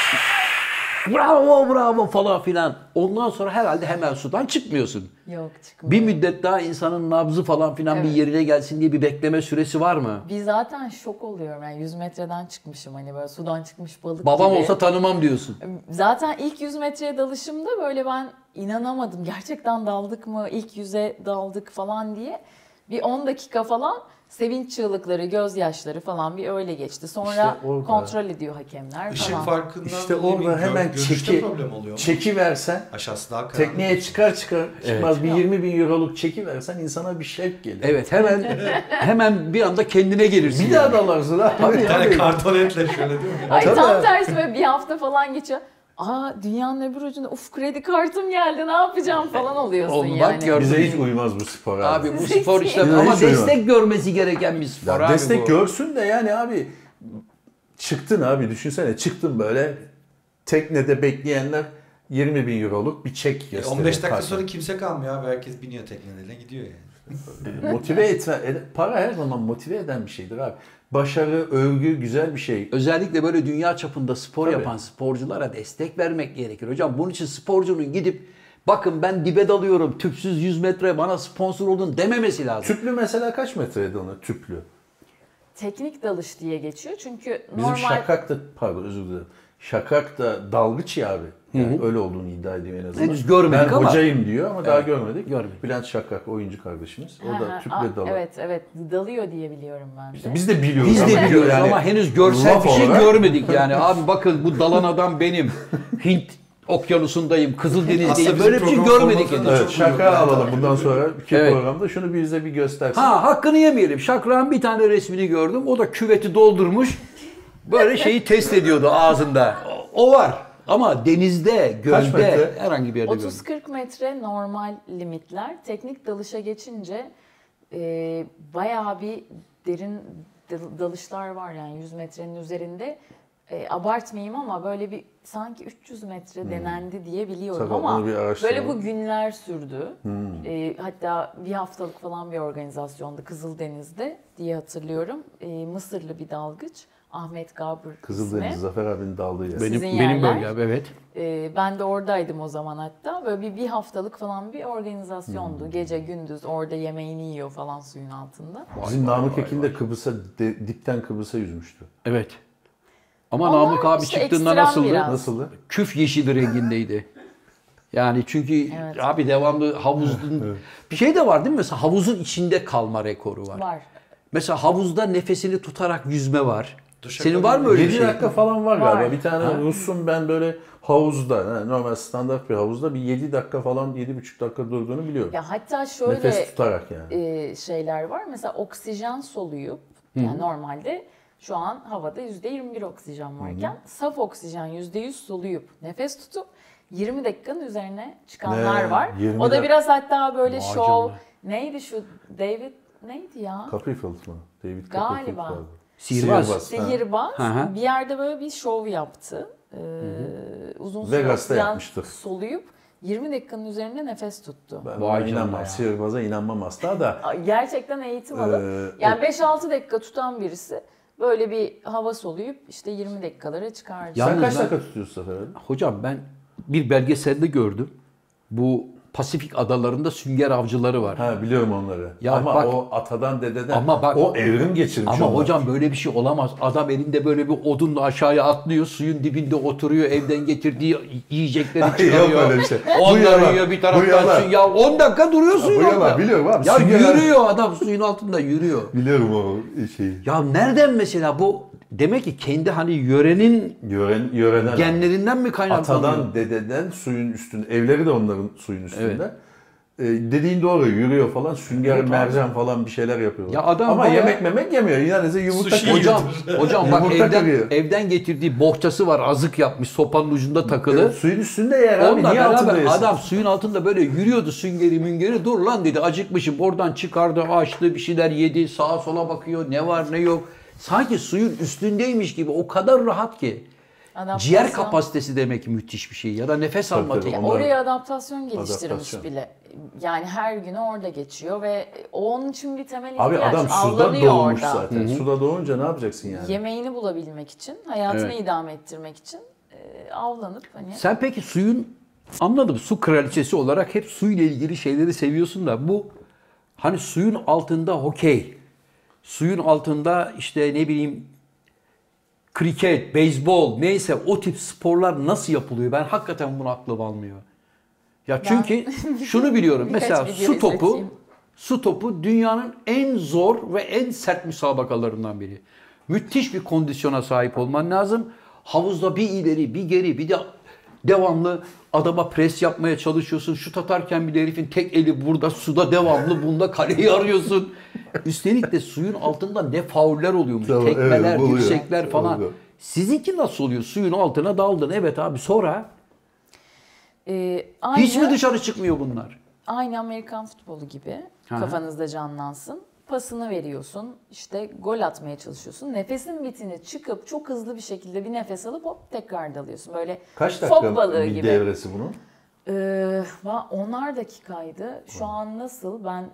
Bravo bravo falan filan. Ondan sonra herhalde hemen sudan çıkmıyorsun. Yok çıkmıyor. Bir müddet daha insanın nabzı falan filan bir Evet. yerine gelsin diye bir bekleme süresi var mı? Bir zaten şok oluyorum yani 100 metreden çıkmışım hani böyle sudan çıkmış balık Babam gibi. olsa tanımam diyorsun. Zaten ilk 100 metreye dalışımda böyle ben inanamadım. Gerçekten daldık mı? İlk 100'e daldık falan diye. Bir 10 dakika falan sevinç çığlıkları, gözyaşları falan bir öyle geçti. Sonra İşte orada- kontrol ediyor hakemler Işık falan. farkından İşte dolayı bir orada hemen görüşte çeki, problem oluyor mu? çeki versen, Aşağısı daha karanlık. tekneye çıkmaz bir 20 bin euroluk çeki versen insana bir şevk gelir. Evet hemen bir anda kendine gelirsin. Bir daha dalarsın abi. Bir tane kartonetle şöyle değil mi? Ay Tabii. tam tersi böyle bir hafta falan geçiyor. Aa dünyanın öbür ucunda uf kredi kartım geldi ne yapacağım falan oluyorsun Oğlum bak yani. gör- Bize hiç uymaz bu spor abi. Abi bu spor işte Hiç ama uyumaz. destek görmesi gereken bir spor Ya abi destek bu. görsün de yani abi çıktın abi düşünsene çıktın böyle teknede bekleyenler 20 bin euroluk bir çek gösteriyor. 15 dakika kartına. sonra kimse kalmıyor abi. Herkes biniyor teknelerine gidiyor yani. Motive etme, para her zaman motive eden bir şeydir abi. Başarı, övgü güzel bir şey. Özellikle böyle dünya çapında spor Tabii. yapan sporculara destek vermek gerekir. Hocam bunun için sporcunun gidip bakın ben dibe dalıyorum tüpsüz 100 metre bana sponsor olun dememesi lazım. Tüplü mesela kaç metreydi onu tüplü? Teknik dalış diye geçiyor çünkü Bizim normal Şakak da pardon özür dilerim. Şakak da dalgıç ya abi. Yani öyle olduğunu iddia ediyor en azından. Henüz görmedik ben ama. hocayım diyor ama daha görmedik. Görmedik. Bülent Şakak oyuncu kardeşimiz. O Ha, da ha, tüple dalar. evet evet dalıyor diye biliyorum ben de. Biz de biliyoruz. Biz de ama biliyoruz yani ama henüz görsel laf bir şey olarak- görmedik yani. Abi bakın bu dalan adam benim. Hint okyanusundayım, Kızıldeniz'deyim. Aslında Böyle bir bizim şey program görmedik formatında henüz. Evet, çok Şaka uyuyor. alalım bundan sonra iki Evet. programda şunu bize bir göstersin. Ha hakkını yemeyelim. Şakrak'ın bir tane resmini gördüm. O da küveti doldurmuş. Böyle şeyi test ediyordu ağzında. O var. Ama denizde, Kaç gölde, metre? herhangi bir yerde görmedim. 30-40 metre normal limitler. Teknik dalışa geçince bayağı bir derin dalışlar var yani 100 metrenin üzerinde. Abartmayayım ama böyle bir sanki 300 metre denendi diye biliyorum Sakal, ama onu bir araştıralım. böyle bu günler sürdü. Hatta bir haftalık falan bir organizasyonda Kızıldeniz'de diye hatırlıyorum. Mısırlı bir dalgıç Ahmet Gabr Kızıldeniz ismi. Zafer abinin daldığı yer. Sizin Benim yerler. bölgem evet. Ben de oradaydım o zaman hatta. Böyle bir haftalık falan bir organizasyondu. Gece gündüz orada yemeğini yiyor falan suyun altında. Bizim Namık Ekin de Kıbrıs'a dipten Kıbrıs'a yüzmüştü. Evet. Ama Onlar Namık abi işte çıktığında ekstrem nasıldı? biraz. Nasıldı? Küf yeşili rengindeydi. Yani çünkü Evet. abi devamlı havuzun bir şey de var değil mi? Mesela havuzun içinde kalma rekoru var. Var. Mesela havuzda nefesini tutarak yüzme var. Duşa Senin var mı öyle bir 7 şey? dakika falan var Var. galiba. Bir tane Rus'un ben böyle havuzda, normal standart bir havuzda bir 7 dakika falan 7,5 dakika durduğunu biliyorum. Ya hatta şöyle Nefes tutarak yani. şeyler var. Mesela oksijen soluyup yani normalde şu an havada %21 oksijen varken saf oksijen %100 soluyup nefes tutup 20 dakikanın üzerine çıkanlar Ne? var. 20 O da dakika. biraz hatta böyle Vay şov. canına. Neydi şu David neydi ya? Copperfield mı? David Galiba. Copperfield vardı. Sihirbaz. ha. Sihirbaz Hı hı. bir yerde böyle bir şov yaptı. Uzun süre Vegas'ta oksijen yapmıştır. soluyup 20 dakikanın üzerinde nefes tuttu. Ben Vay ona canına inanmam. ya. Sihirbaza inanmam asla da. Gerçekten eğitim alıp yani 5-6 dakika tutan birisi böyle bir hava soluyup işte 20 dakikalara çıkardı. Ya- Sen kaç ben- dakika tutuyorsun Zafer abi? Hocam ben bir belgeselde gördüm. Bu Pasifik adalarında sünger avcıları var. Ha biliyorum onları. Ya ama bak- o atadan dededen Ama bak- o evrim geçirmiş Ama onlar. hocam böyle bir şey olamaz. Adam elinde böyle bir odunla aşağıya atlıyor, suyun dibinde oturuyor, evden getirdiği yiyecekleri Hayır, çıkarıyor. yok öyle bir şey. Bu Onları yalan, yiyor bir bu taraftan yalan. su. Ya 10 dakika duruyor suyun bu yalan, altında. biliyorum abi. Ya Sünger- yürüyor adam suyun altında yürüyor. Biliyorum o şeyi. Ya nereden mesela bu demek ki kendi hani yörenin Yöreden. genlerinden mi kaynaklanıyor? Atadan, dededen suyun üstünde. Evleri de onların suyun üstünde. Dediğin doğru. Yürüyor falan. Sünger, Evet abi. mercan falan bir şeyler yapıyorlar. Ya adam ama bayağı- yemek memek yemiyor. Yine de yumurta Sushi kırıyor. Hocam bak Yumurta kırıyor. evden getirdiği bohçası var, azık yapmış, sopanın ucunda takılı. Suyun üstünde yer abi. Onunla Niye altında beraber yesin? adam suyun altında böyle yürüyordu süngeri müngeri. Dur lan dedi, acıkmışım. Oradan çıkardı, açtı, bir şeyler yedi, sağa sola bakıyor. Ne var ne yok. Sanki suyun üstündeymiş gibi, o kadar rahat ki. Adaptasyon. Ciğer kapasitesi demek müthiş bir şey. Ya da nefes alma tabii. tekniği. Onlar- Oraya adaptasyon geliştirmiş Adaptasyon. bile. Yani her günü orada geçiyor ve o onun için bir temel Abi ihtiyaç. adam suda Avlanıyor doğmuş orada. zaten. Suda doğunca ne yapacaksın yani? Yemeğini bulabilmek için, hayatını Evet. idame ettirmek için avlanıp hani Sen peki suyun, anladım, su kraliçesi olarak hep suyla ilgili şeyleri seviyorsun da bu hani suyun altında hokey, suyun altında işte ne bileyim kriket, beyzbol neyse o tip sporlar nasıl yapılıyor? Ben hakikaten bunu aklım almıyor. Ya çünkü şunu biliyorum Birkaç mesela video su topu izleteyim. su topu dünyanın en zor ve en sert müsabakalarından biri. Müthiş bir kondisyona sahip olman lazım. Havuzda bir ileri bir geri bir de devamlı adama pres yapmaya çalışıyorsun. Şut atarken bir de herifin tek eli burada suda devamlı bunda kaleyi arıyorsun. Üstelik de suyun altında ne fauller oluyormuş. Tabii, Tekmeler, evet, oluyor. dirsekler falan. Oluyor. Sizinki nasıl oluyor? Suyun altına daldın. Evet abi sonra aynı, hiç mi dışarı çıkmıyor bunlar? aynı Amerikan futbolu gibi Aha. kafanızda canlansın. Pasını veriyorsun, işte gol atmaya çalışıyorsun. Nefesin bitini çıkıp çok hızlı bir şekilde bir nefes alıp hop tekrar dalıyorsun. Böyle Kaç fok dakika balığı bir gibi. devresi bunun? 10'ar dakikaydı. Şu an nasıl? Ben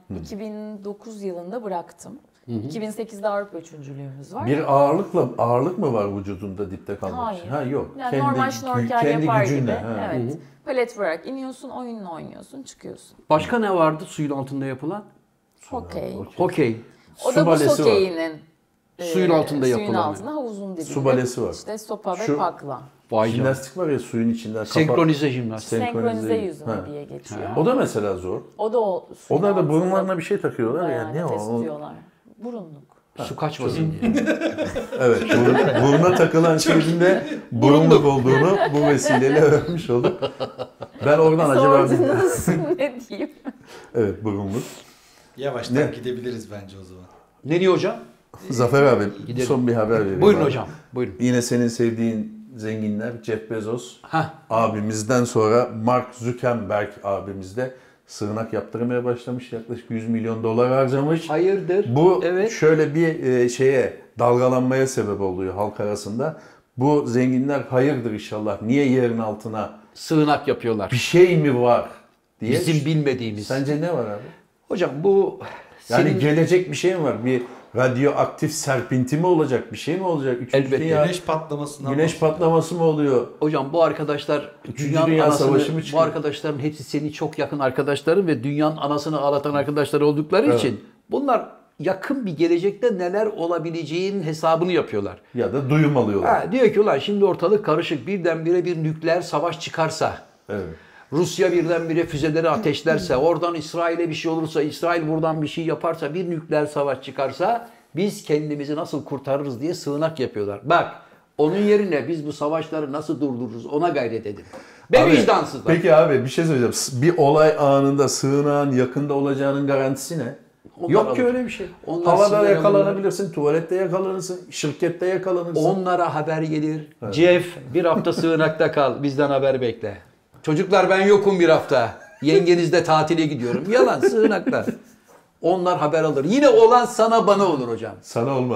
2009 yılında bıraktım. 2008'de Avrupa üçüncülüğümüz var. Bir ağırlık mı var vücudunda dipte kalmak Hayır. için? Ha yok. Yani normal şnorkel kendi yapar gücünle. gibi. Ha. Evet. Palet bırak iniyorsun, oyunla oynuyorsun, çıkıyorsun. Başka ne vardı suyun altında yapılan? Hokey. Hokey. O Su da balesi buz var. hokeyinin Suyun altında suyun yapılan. altında havuzun dibinde. Su balesi var. İşte sopa ve Şu- pakla. Vay canına. Jimnastik var ya suyun içinden. Senkronize jimnastik. Senkronize yüzme Ha. diye geçiyor. O da mesela zor. O da o suyun Onlar da altında burunlarına bir şey takıyorlar ya. bayağı Ne nefes o? tutuyorlar. Burunluk. Su kaçmasın diye. Evet. Buruna takılan şeyin de burunluk olduğunu bu vesileyle öğrenmiş olduk. Ben oradan acaba... Sordunuz ne diyeyim. Evet burunluk. Yavaştan Ne? gidebiliriz bence o zaman. Ne diyor hocam? Zafer abi Gidelim. son bir haber vereyim. Buyurun abi. hocam. Buyurun. Yine senin sevdiğin zenginler Jeff Bezos Hah. abimizden sonra Mark Zuckerberg abimiz de sığınak yaptırmaya başlamış. Yaklaşık 100 milyon dolar harcamış. Hayırdır? Bu Evet. şöyle bir şeye dalgalanmaya sebep oluyor halk arasında. Bu zenginler hayırdır inşallah. Niye yerin altına Sığınak yapıyorlar. bir şey mi var diye. Bizim bilmediğimiz. Sence ne var abi? Hocam bu Yani senin gelecek bir şey mi var? Bir radyoaktif serpinti mi olacak? Bir şey mi olacak? Üçüncü Elbette. Dünya, Güneş patlamasından güneş bahsediyor. patlaması mı oluyor? hocam bu arkadaşlar Üçüncü dünyanın Dünya anasını, Savaşı mı bu çıkıyor? arkadaşların hepsi senin çok yakın arkadaşların ve dünyanın anasını ağlatan arkadaşlar oldukları Evet. için bunlar yakın bir gelecekte neler olabileceğinin hesabını yapıyorlar. Ya da duyum alıyorlar. Ha, diyor ki ulan şimdi ortalık karışık, birdenbire bir nükleer savaş çıkarsa, Evet. Rusya birdenbire füzeleri ateşlerse, oradan İsrail'e bir şey olursa, İsrail buradan bir şey yaparsa, bir nükleer savaş çıkarsa biz kendimizi nasıl kurtarırız diye sığınak yapıyorlar. Bak onun yerine biz bu savaşları nasıl durdururuz ona gayret edin. Ve Abi, vicdansızlar. Peki abi bir şey söyleyeceğim. Bir olay anında sığınağın yakında olacağının garantisi ne? Onlar Yok alır. ki öyle bir şey. Onlar Havada sinirlenirler. yakalanabilirsin, tuvalette yakalanırsın, şirkette yakalanırsın. Onlara haber gelir. Jeff bir hafta sığınakta kal. Bizden haber bekle. Çocuklar ben yokum bir hafta. Yengenizle tatile gidiyorum. Yalan sığınakta. Onlar haber alır. Yine olan sana bana olur hocam. Sana olmaz.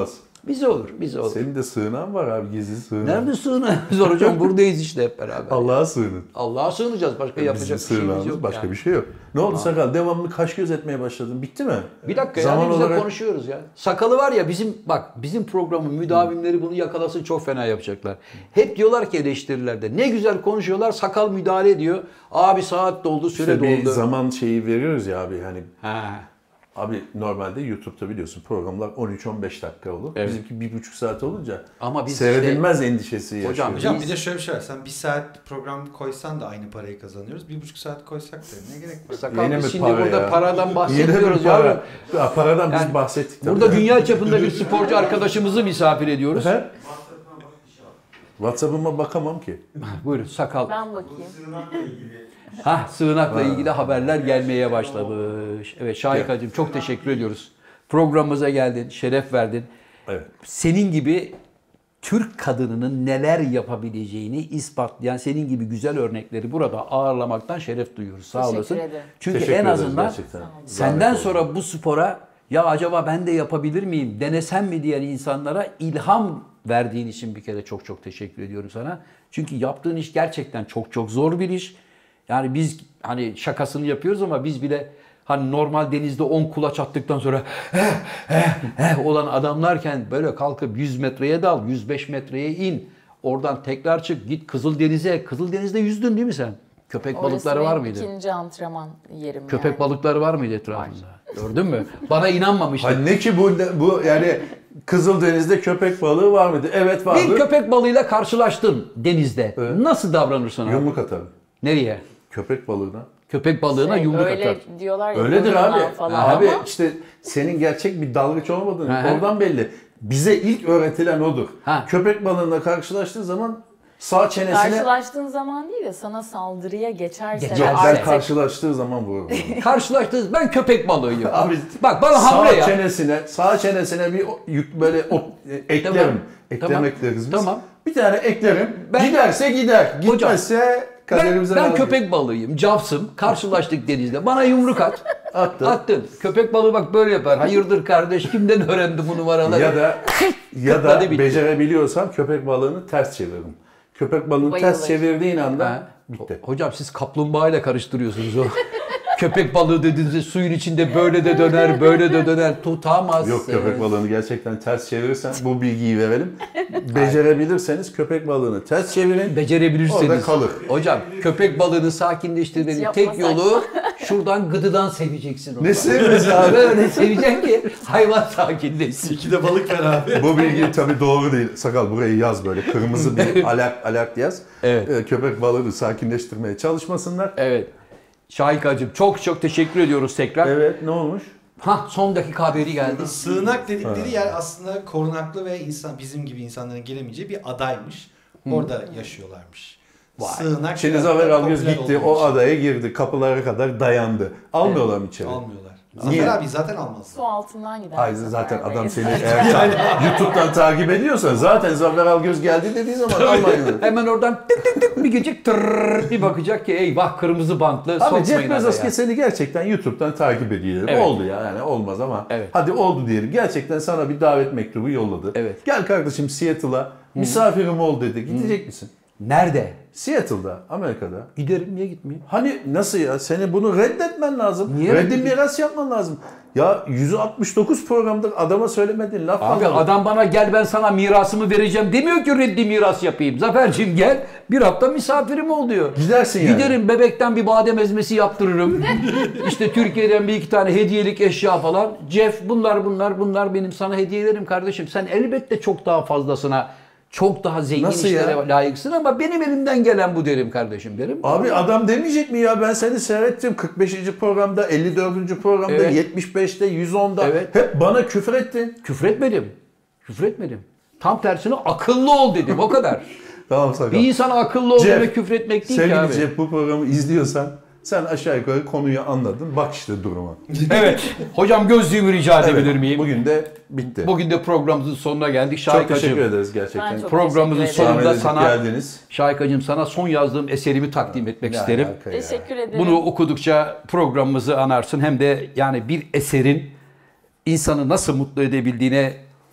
Bize olur, bize olur. Senin de sığınan var abi, gizli sığınan. Nerede sığınıyoruz hocam? Buradayız işte hep beraber. Allah'a sığının. Allah'a sığınacağız. Başka Bizim yapacak bir şeyimiz sığınağımız yok. başka yani. bir şey yok. Ne oldu Sakal? Devamlı kaş göz etmeye başladın. Bitti mi? Bir dakika Zaman ya ne güzel olarak- konuşuyoruz ya. Sakalı var ya bizim programın müdavimleri bunu yakalasın çok fena yapacaklar. Hep diyorlar ki eleştirilerde ne güzel konuşuyorlar, sakal müdahale ediyor. Abi saat doldu, süre İşte bir doldu. zaman şeyi veriyoruz ya abi, hani Ha. abi normalde YouTube'da biliyorsun programlar 13-15 dakika olur. Evet. Bizimki 1,5 saat olunca Ama biz seyredilmez endişesi Hocam, yaşıyoruz. Hocam Biz- bir de şöyle bir şey var. Sen 1 saat program koysan da aynı parayı kazanıyoruz. 1,5 saat koysak da ne gerek var? Sakal Yine biz mi şimdi para burada ya? paradan Yine bahsetmiyoruz bir para. yavrum. Ya paradan Yani biz bahsettik tabii. Burada dünya çapında bir sporcu arkadaşımızı misafir ediyoruz. Efendim? WhatsApp'ıma bakamam ki. Buyurun sakal. Ben bakayım. Sığınakla ilgili haberler gelmeye başlamış. Evet Şahikacığım çok teşekkür ediyoruz. Programımıza geldin, şeref verdin. Evet. Senin gibi Türk kadınının neler yapabileceğini ispatlayan senin gibi güzel örnekleri burada ağırlamaktan şeref duyuyoruz. Sağ Teşekkür olasın. ederim. Çünkü Teşekkür en ederiz azından gerçekten. senden Zahmet sonra bu spora ya acaba ben de yapabilir miyim, denesem mi diyen insanlara ilham verdiğin için bir kere çok çok teşekkür ediyorum sana. Çünkü yaptığın iş gerçekten çok çok zor bir iş. Yani biz hani şakasını yapıyoruz ama biz bile hani normal denizde 10 kulaç attıktan sonra olan adamlarken böyle kalkıp 100 metreye dal, 105 metreye in. Oradan tekrar çık, git Kızıldeniz'e. Kızıldeniz'de yüzdün değil mi sen? Köpek Orası balıkları var benim mıydı? İkinci antrenman yerim Köpek yani. balıkları var mıydı etrafında? Gördün mü? Bana inanmamıştın. Hani ne ki bu yani Kızıldeniz'de köpek balığı var mıydı? Evet vardı. Bir köpek balığıyla karşılaştın denizde. Evet. Nasıl davranırsın abi? Yumruk atarım. Nereye? Köpek balığına. Köpek balığına yumruk öyle atar. diyorlar ya. Öyledir burnundan abi. Falan Abi ama işte senin gerçek bir dalgıç olmadığın Hı hı. oradan belli. Bize ilk öğretilen odur. Ha. Köpek balığına karşılaştığı zaman sağ çenesine karşılaştığın zaman değil de sana saldırıya geçerse. Geçer. Yok, ben artık karşılaştığı zaman vururum. Karşılaştınız. Ben köpek balığıyım. Abi Bak bana hamle sağ yap. çenesine bir yük böyle eklerim. Tamam. Eklem Tamam. ekleriz biz. Tamam. Bir tane eklerim. Ben- Giderse gider. Hocam, Gitmezse kaderimize Ben razı. köpek balığıyım. Cavsım. Karşılaştık denizde. Bana yumruk at. Attın. Attın. Köpek balığı bak böyle yapar. Hayırdır kardeş kimden öğrendi bu numaraları? Ya da bitti. becerebiliyorsam köpek balığını ters çeviririm. Köpek balığını ters Bayılır. çevirdiğin anda Ha. bitti. Hocam siz kaplumbağayla karıştırıyorsunuz o. Köpek balığı dediğinizde suyun içinde böyle de döner, böyle de döner. Tutamazsın. Yok, köpek balığını gerçekten ters çevirirsen bu bilgiyi verelim. Becerebilirseniz köpek balığını ters çevirin. Becerebilirseniz. Orada kalır. Hocam köpek balığını sakinleştirmenin Hiç tek yapmasak. yolu şuradan gıdıdan seveceksin onu. Ne sevmesi abi? Böyle seveceksin ki hayvan sakinleşsin. 2'de balık ver abi. Bu bilgi tabii doğru değil. Sakal burayı yaz böyle. Kırmızı bir alert yaz. Evet. Köpek balığını sakinleştirmeye çalışmasınlar. Evet. Şahikacığım çok çok teşekkür ediyoruz tekrar. Evet, ne olmuş? Son dakika haberi geldi. Sığınak dedikleri yer aslında korunaklı ve bizim gibi insanların gelemeyeceği bir adaymış. Orada yaşıyorlarmış. Sığınak. Şimdi biraz Zafer da Algöz popüler gitti, olduğu o için adaya girdi, kapılara kadar dayandı. Almıyorlar mı içeri? almıyorlar. Niye? Zafer abi zaten almaz. Su altından gider. Hayır, Zafer zaten Bey. adam seni eğer YouTube'dan takip ediyorsan zaten Zafer Algöz geldi dediği zaman almayın. Hemen oradan tık tık tık bir gecik tırrrr bir bakacak ki eyvah kırmızı bantlı Abi sokmayın Jeff Bezos araya. seni gerçekten YouTube'dan takip ediyor. Evet. Oldu ya, yani olmaz ama Evet. hadi oldu diyelim. Gerçekten sana bir davet mektubu yolladı. Evet. Gel kardeşim Seattle'a misafirim ol dedi. Gidecek misin? Nerede? Seattle'da, Amerika'da. Giderim niye gitmeyeyim? Hani nasıl ya? Seni bunu reddetmen lazım. Niye Reddi reddedeyim? miras yapman lazım. Ya 169 programda adama söylemediğin laf Abi kalmadı. adam bana gel ben sana mirasımı vereceğim demiyor ki reddi miras yapayım. Zaferciğim gel bir hafta misafirim ol diyor. Gidersin yani. Giderim bebekten bir badem ezmesi yaptırırım. İşte Türkiye'den bir iki tane hediyelik eşya falan. Jeff bunlar benim sana hediyelerim kardeşim. Sen elbette çok daha fazlasına çok daha zengin Nasıl işlere ya? layıksın ama benim elimden gelen bu derim kardeşim derim. Abi adam demeyecek mi ya, ben seni seyrettim 45. programda, 54. programda, Evet. 75'te, 110'da Evet. hep bana küfür ettin. Küfretmedim. Tam tersine akıllı ol dedim o kadar. Tamam Sakal. Bir insana akıllı ol Jeff, demek küfretmek değil ki sevgili abi. Jeff, bu programı izliyorsan sen aşağı yukarı konuyu anladın. Bak işte duruma. Evet. Hocam gözlüğümü rica edebilir miyim? Bugün de bitti. Bugün de programımızın sonuna geldik. Çok teşekkür Şahikacığım, ederiz gerçekten. Ben çok programımızın teşekkür ederim. sonunda Zahmet edip sana geldiniz. Şahikacığım sana son yazdığım eserimi takdim etmek Ne isterim. alaka ya? Teşekkür ederim. Bunu okudukça programımızı anarsın. Hem de yani bir eserin insanı nasıl mutlu edebildiğine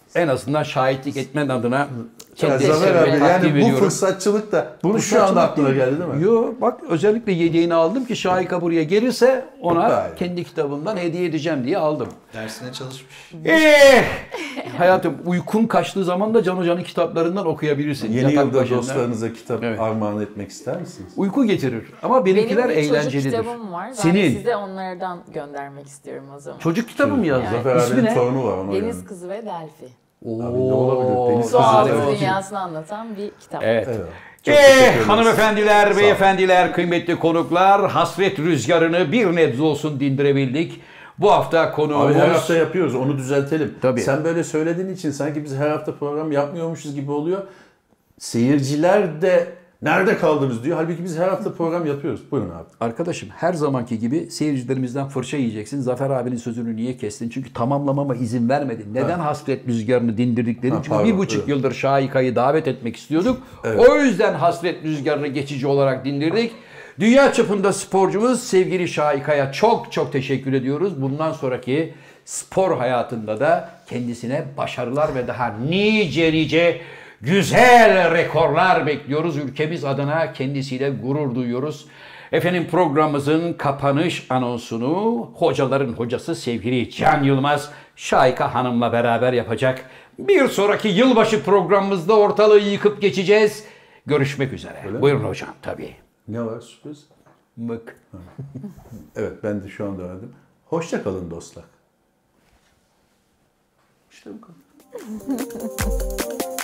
en azından şahitlik etmen adına Ya kendi Zafer abi eserimi takdim yani bu ediyorum. fırsatçılık da bunu şu anda aklına geldi değil mi? Yo bak özellikle yedeğini aldım ki Şahika buraya gelirse ona Gayet. kendi kitabından hediye edeceğim diye aldım. Dersine çalışmış. Hayatım uykun kaçtığı zaman da Can Hoca'nın kitaplarından okuyabilirsin. Yeni Yatak yılda başında. dostlarınıza kitap Evet. armağan etmek ister misiniz? Uyku getirir ama benimkiler Benim bir eğlencelidir. çocuk kitabım var. Ben Senin size onlardan göndermek istiyorum o zaman. çocuk kitabı mı yazdın? Evet. Zafer İsmi abinin ne? torunu var ona Deniz yani. Kızı ve Delphi. Abi ne olabilir? Deniz Doğal kızı, evet. dünyasını anlatan bir kitap. Evet. Evet. Çok teşekkür ederiz. Hanımefendiler, Sağ olun. beyefendiler, kıymetli konuklar, hasret rüzgarını bir nebze olsun dindirebildik. Bu hafta Abi konuğumuz... her hafta yapıyoruz, onu düzeltelim. Tabii. Sen böyle söylediğin için sanki biz her hafta program yapmıyormuşuz gibi oluyor. Seyirciler de nerede kaldınız diyor. Halbuki biz her hafta program yapıyoruz. Buyurun abi. Arkadaşım her zamanki gibi seyircilerimizden fırça yiyeceksin. Zafer abinin sözünü niye kestin? Çünkü tamamlamama izin vermedin. Neden hasret rüzgarını dindirdiklerini? Çünkü pardon, 1,5 evet. yıldır Şahika'yı davet etmek istiyorduk. O yüzden hasret rüzgarını geçici olarak dindirdik. Dünya çapında sporcumuz sevgili Şahika'ya çok çok teşekkür ediyoruz. Bundan sonraki spor hayatında da kendisine başarılar ve daha nice güzel rekorlar bekliyoruz. Ülkemiz adına kendisiyle gurur duyuyoruz. Efendim programımızın kapanış anonsunu hocaların hocası sevgili Can Yılmaz Şahika Hanım'la beraber yapacak. Bir sonraki yılbaşı programımızda ortalığı yıkıp geçeceğiz. Görüşmek üzere. Buyurun hocam tabii. Ne var sürpriz? Mık. Evet ben de şu anda öğrendim. Hoşça kalın dostlar. İşte bu kadar.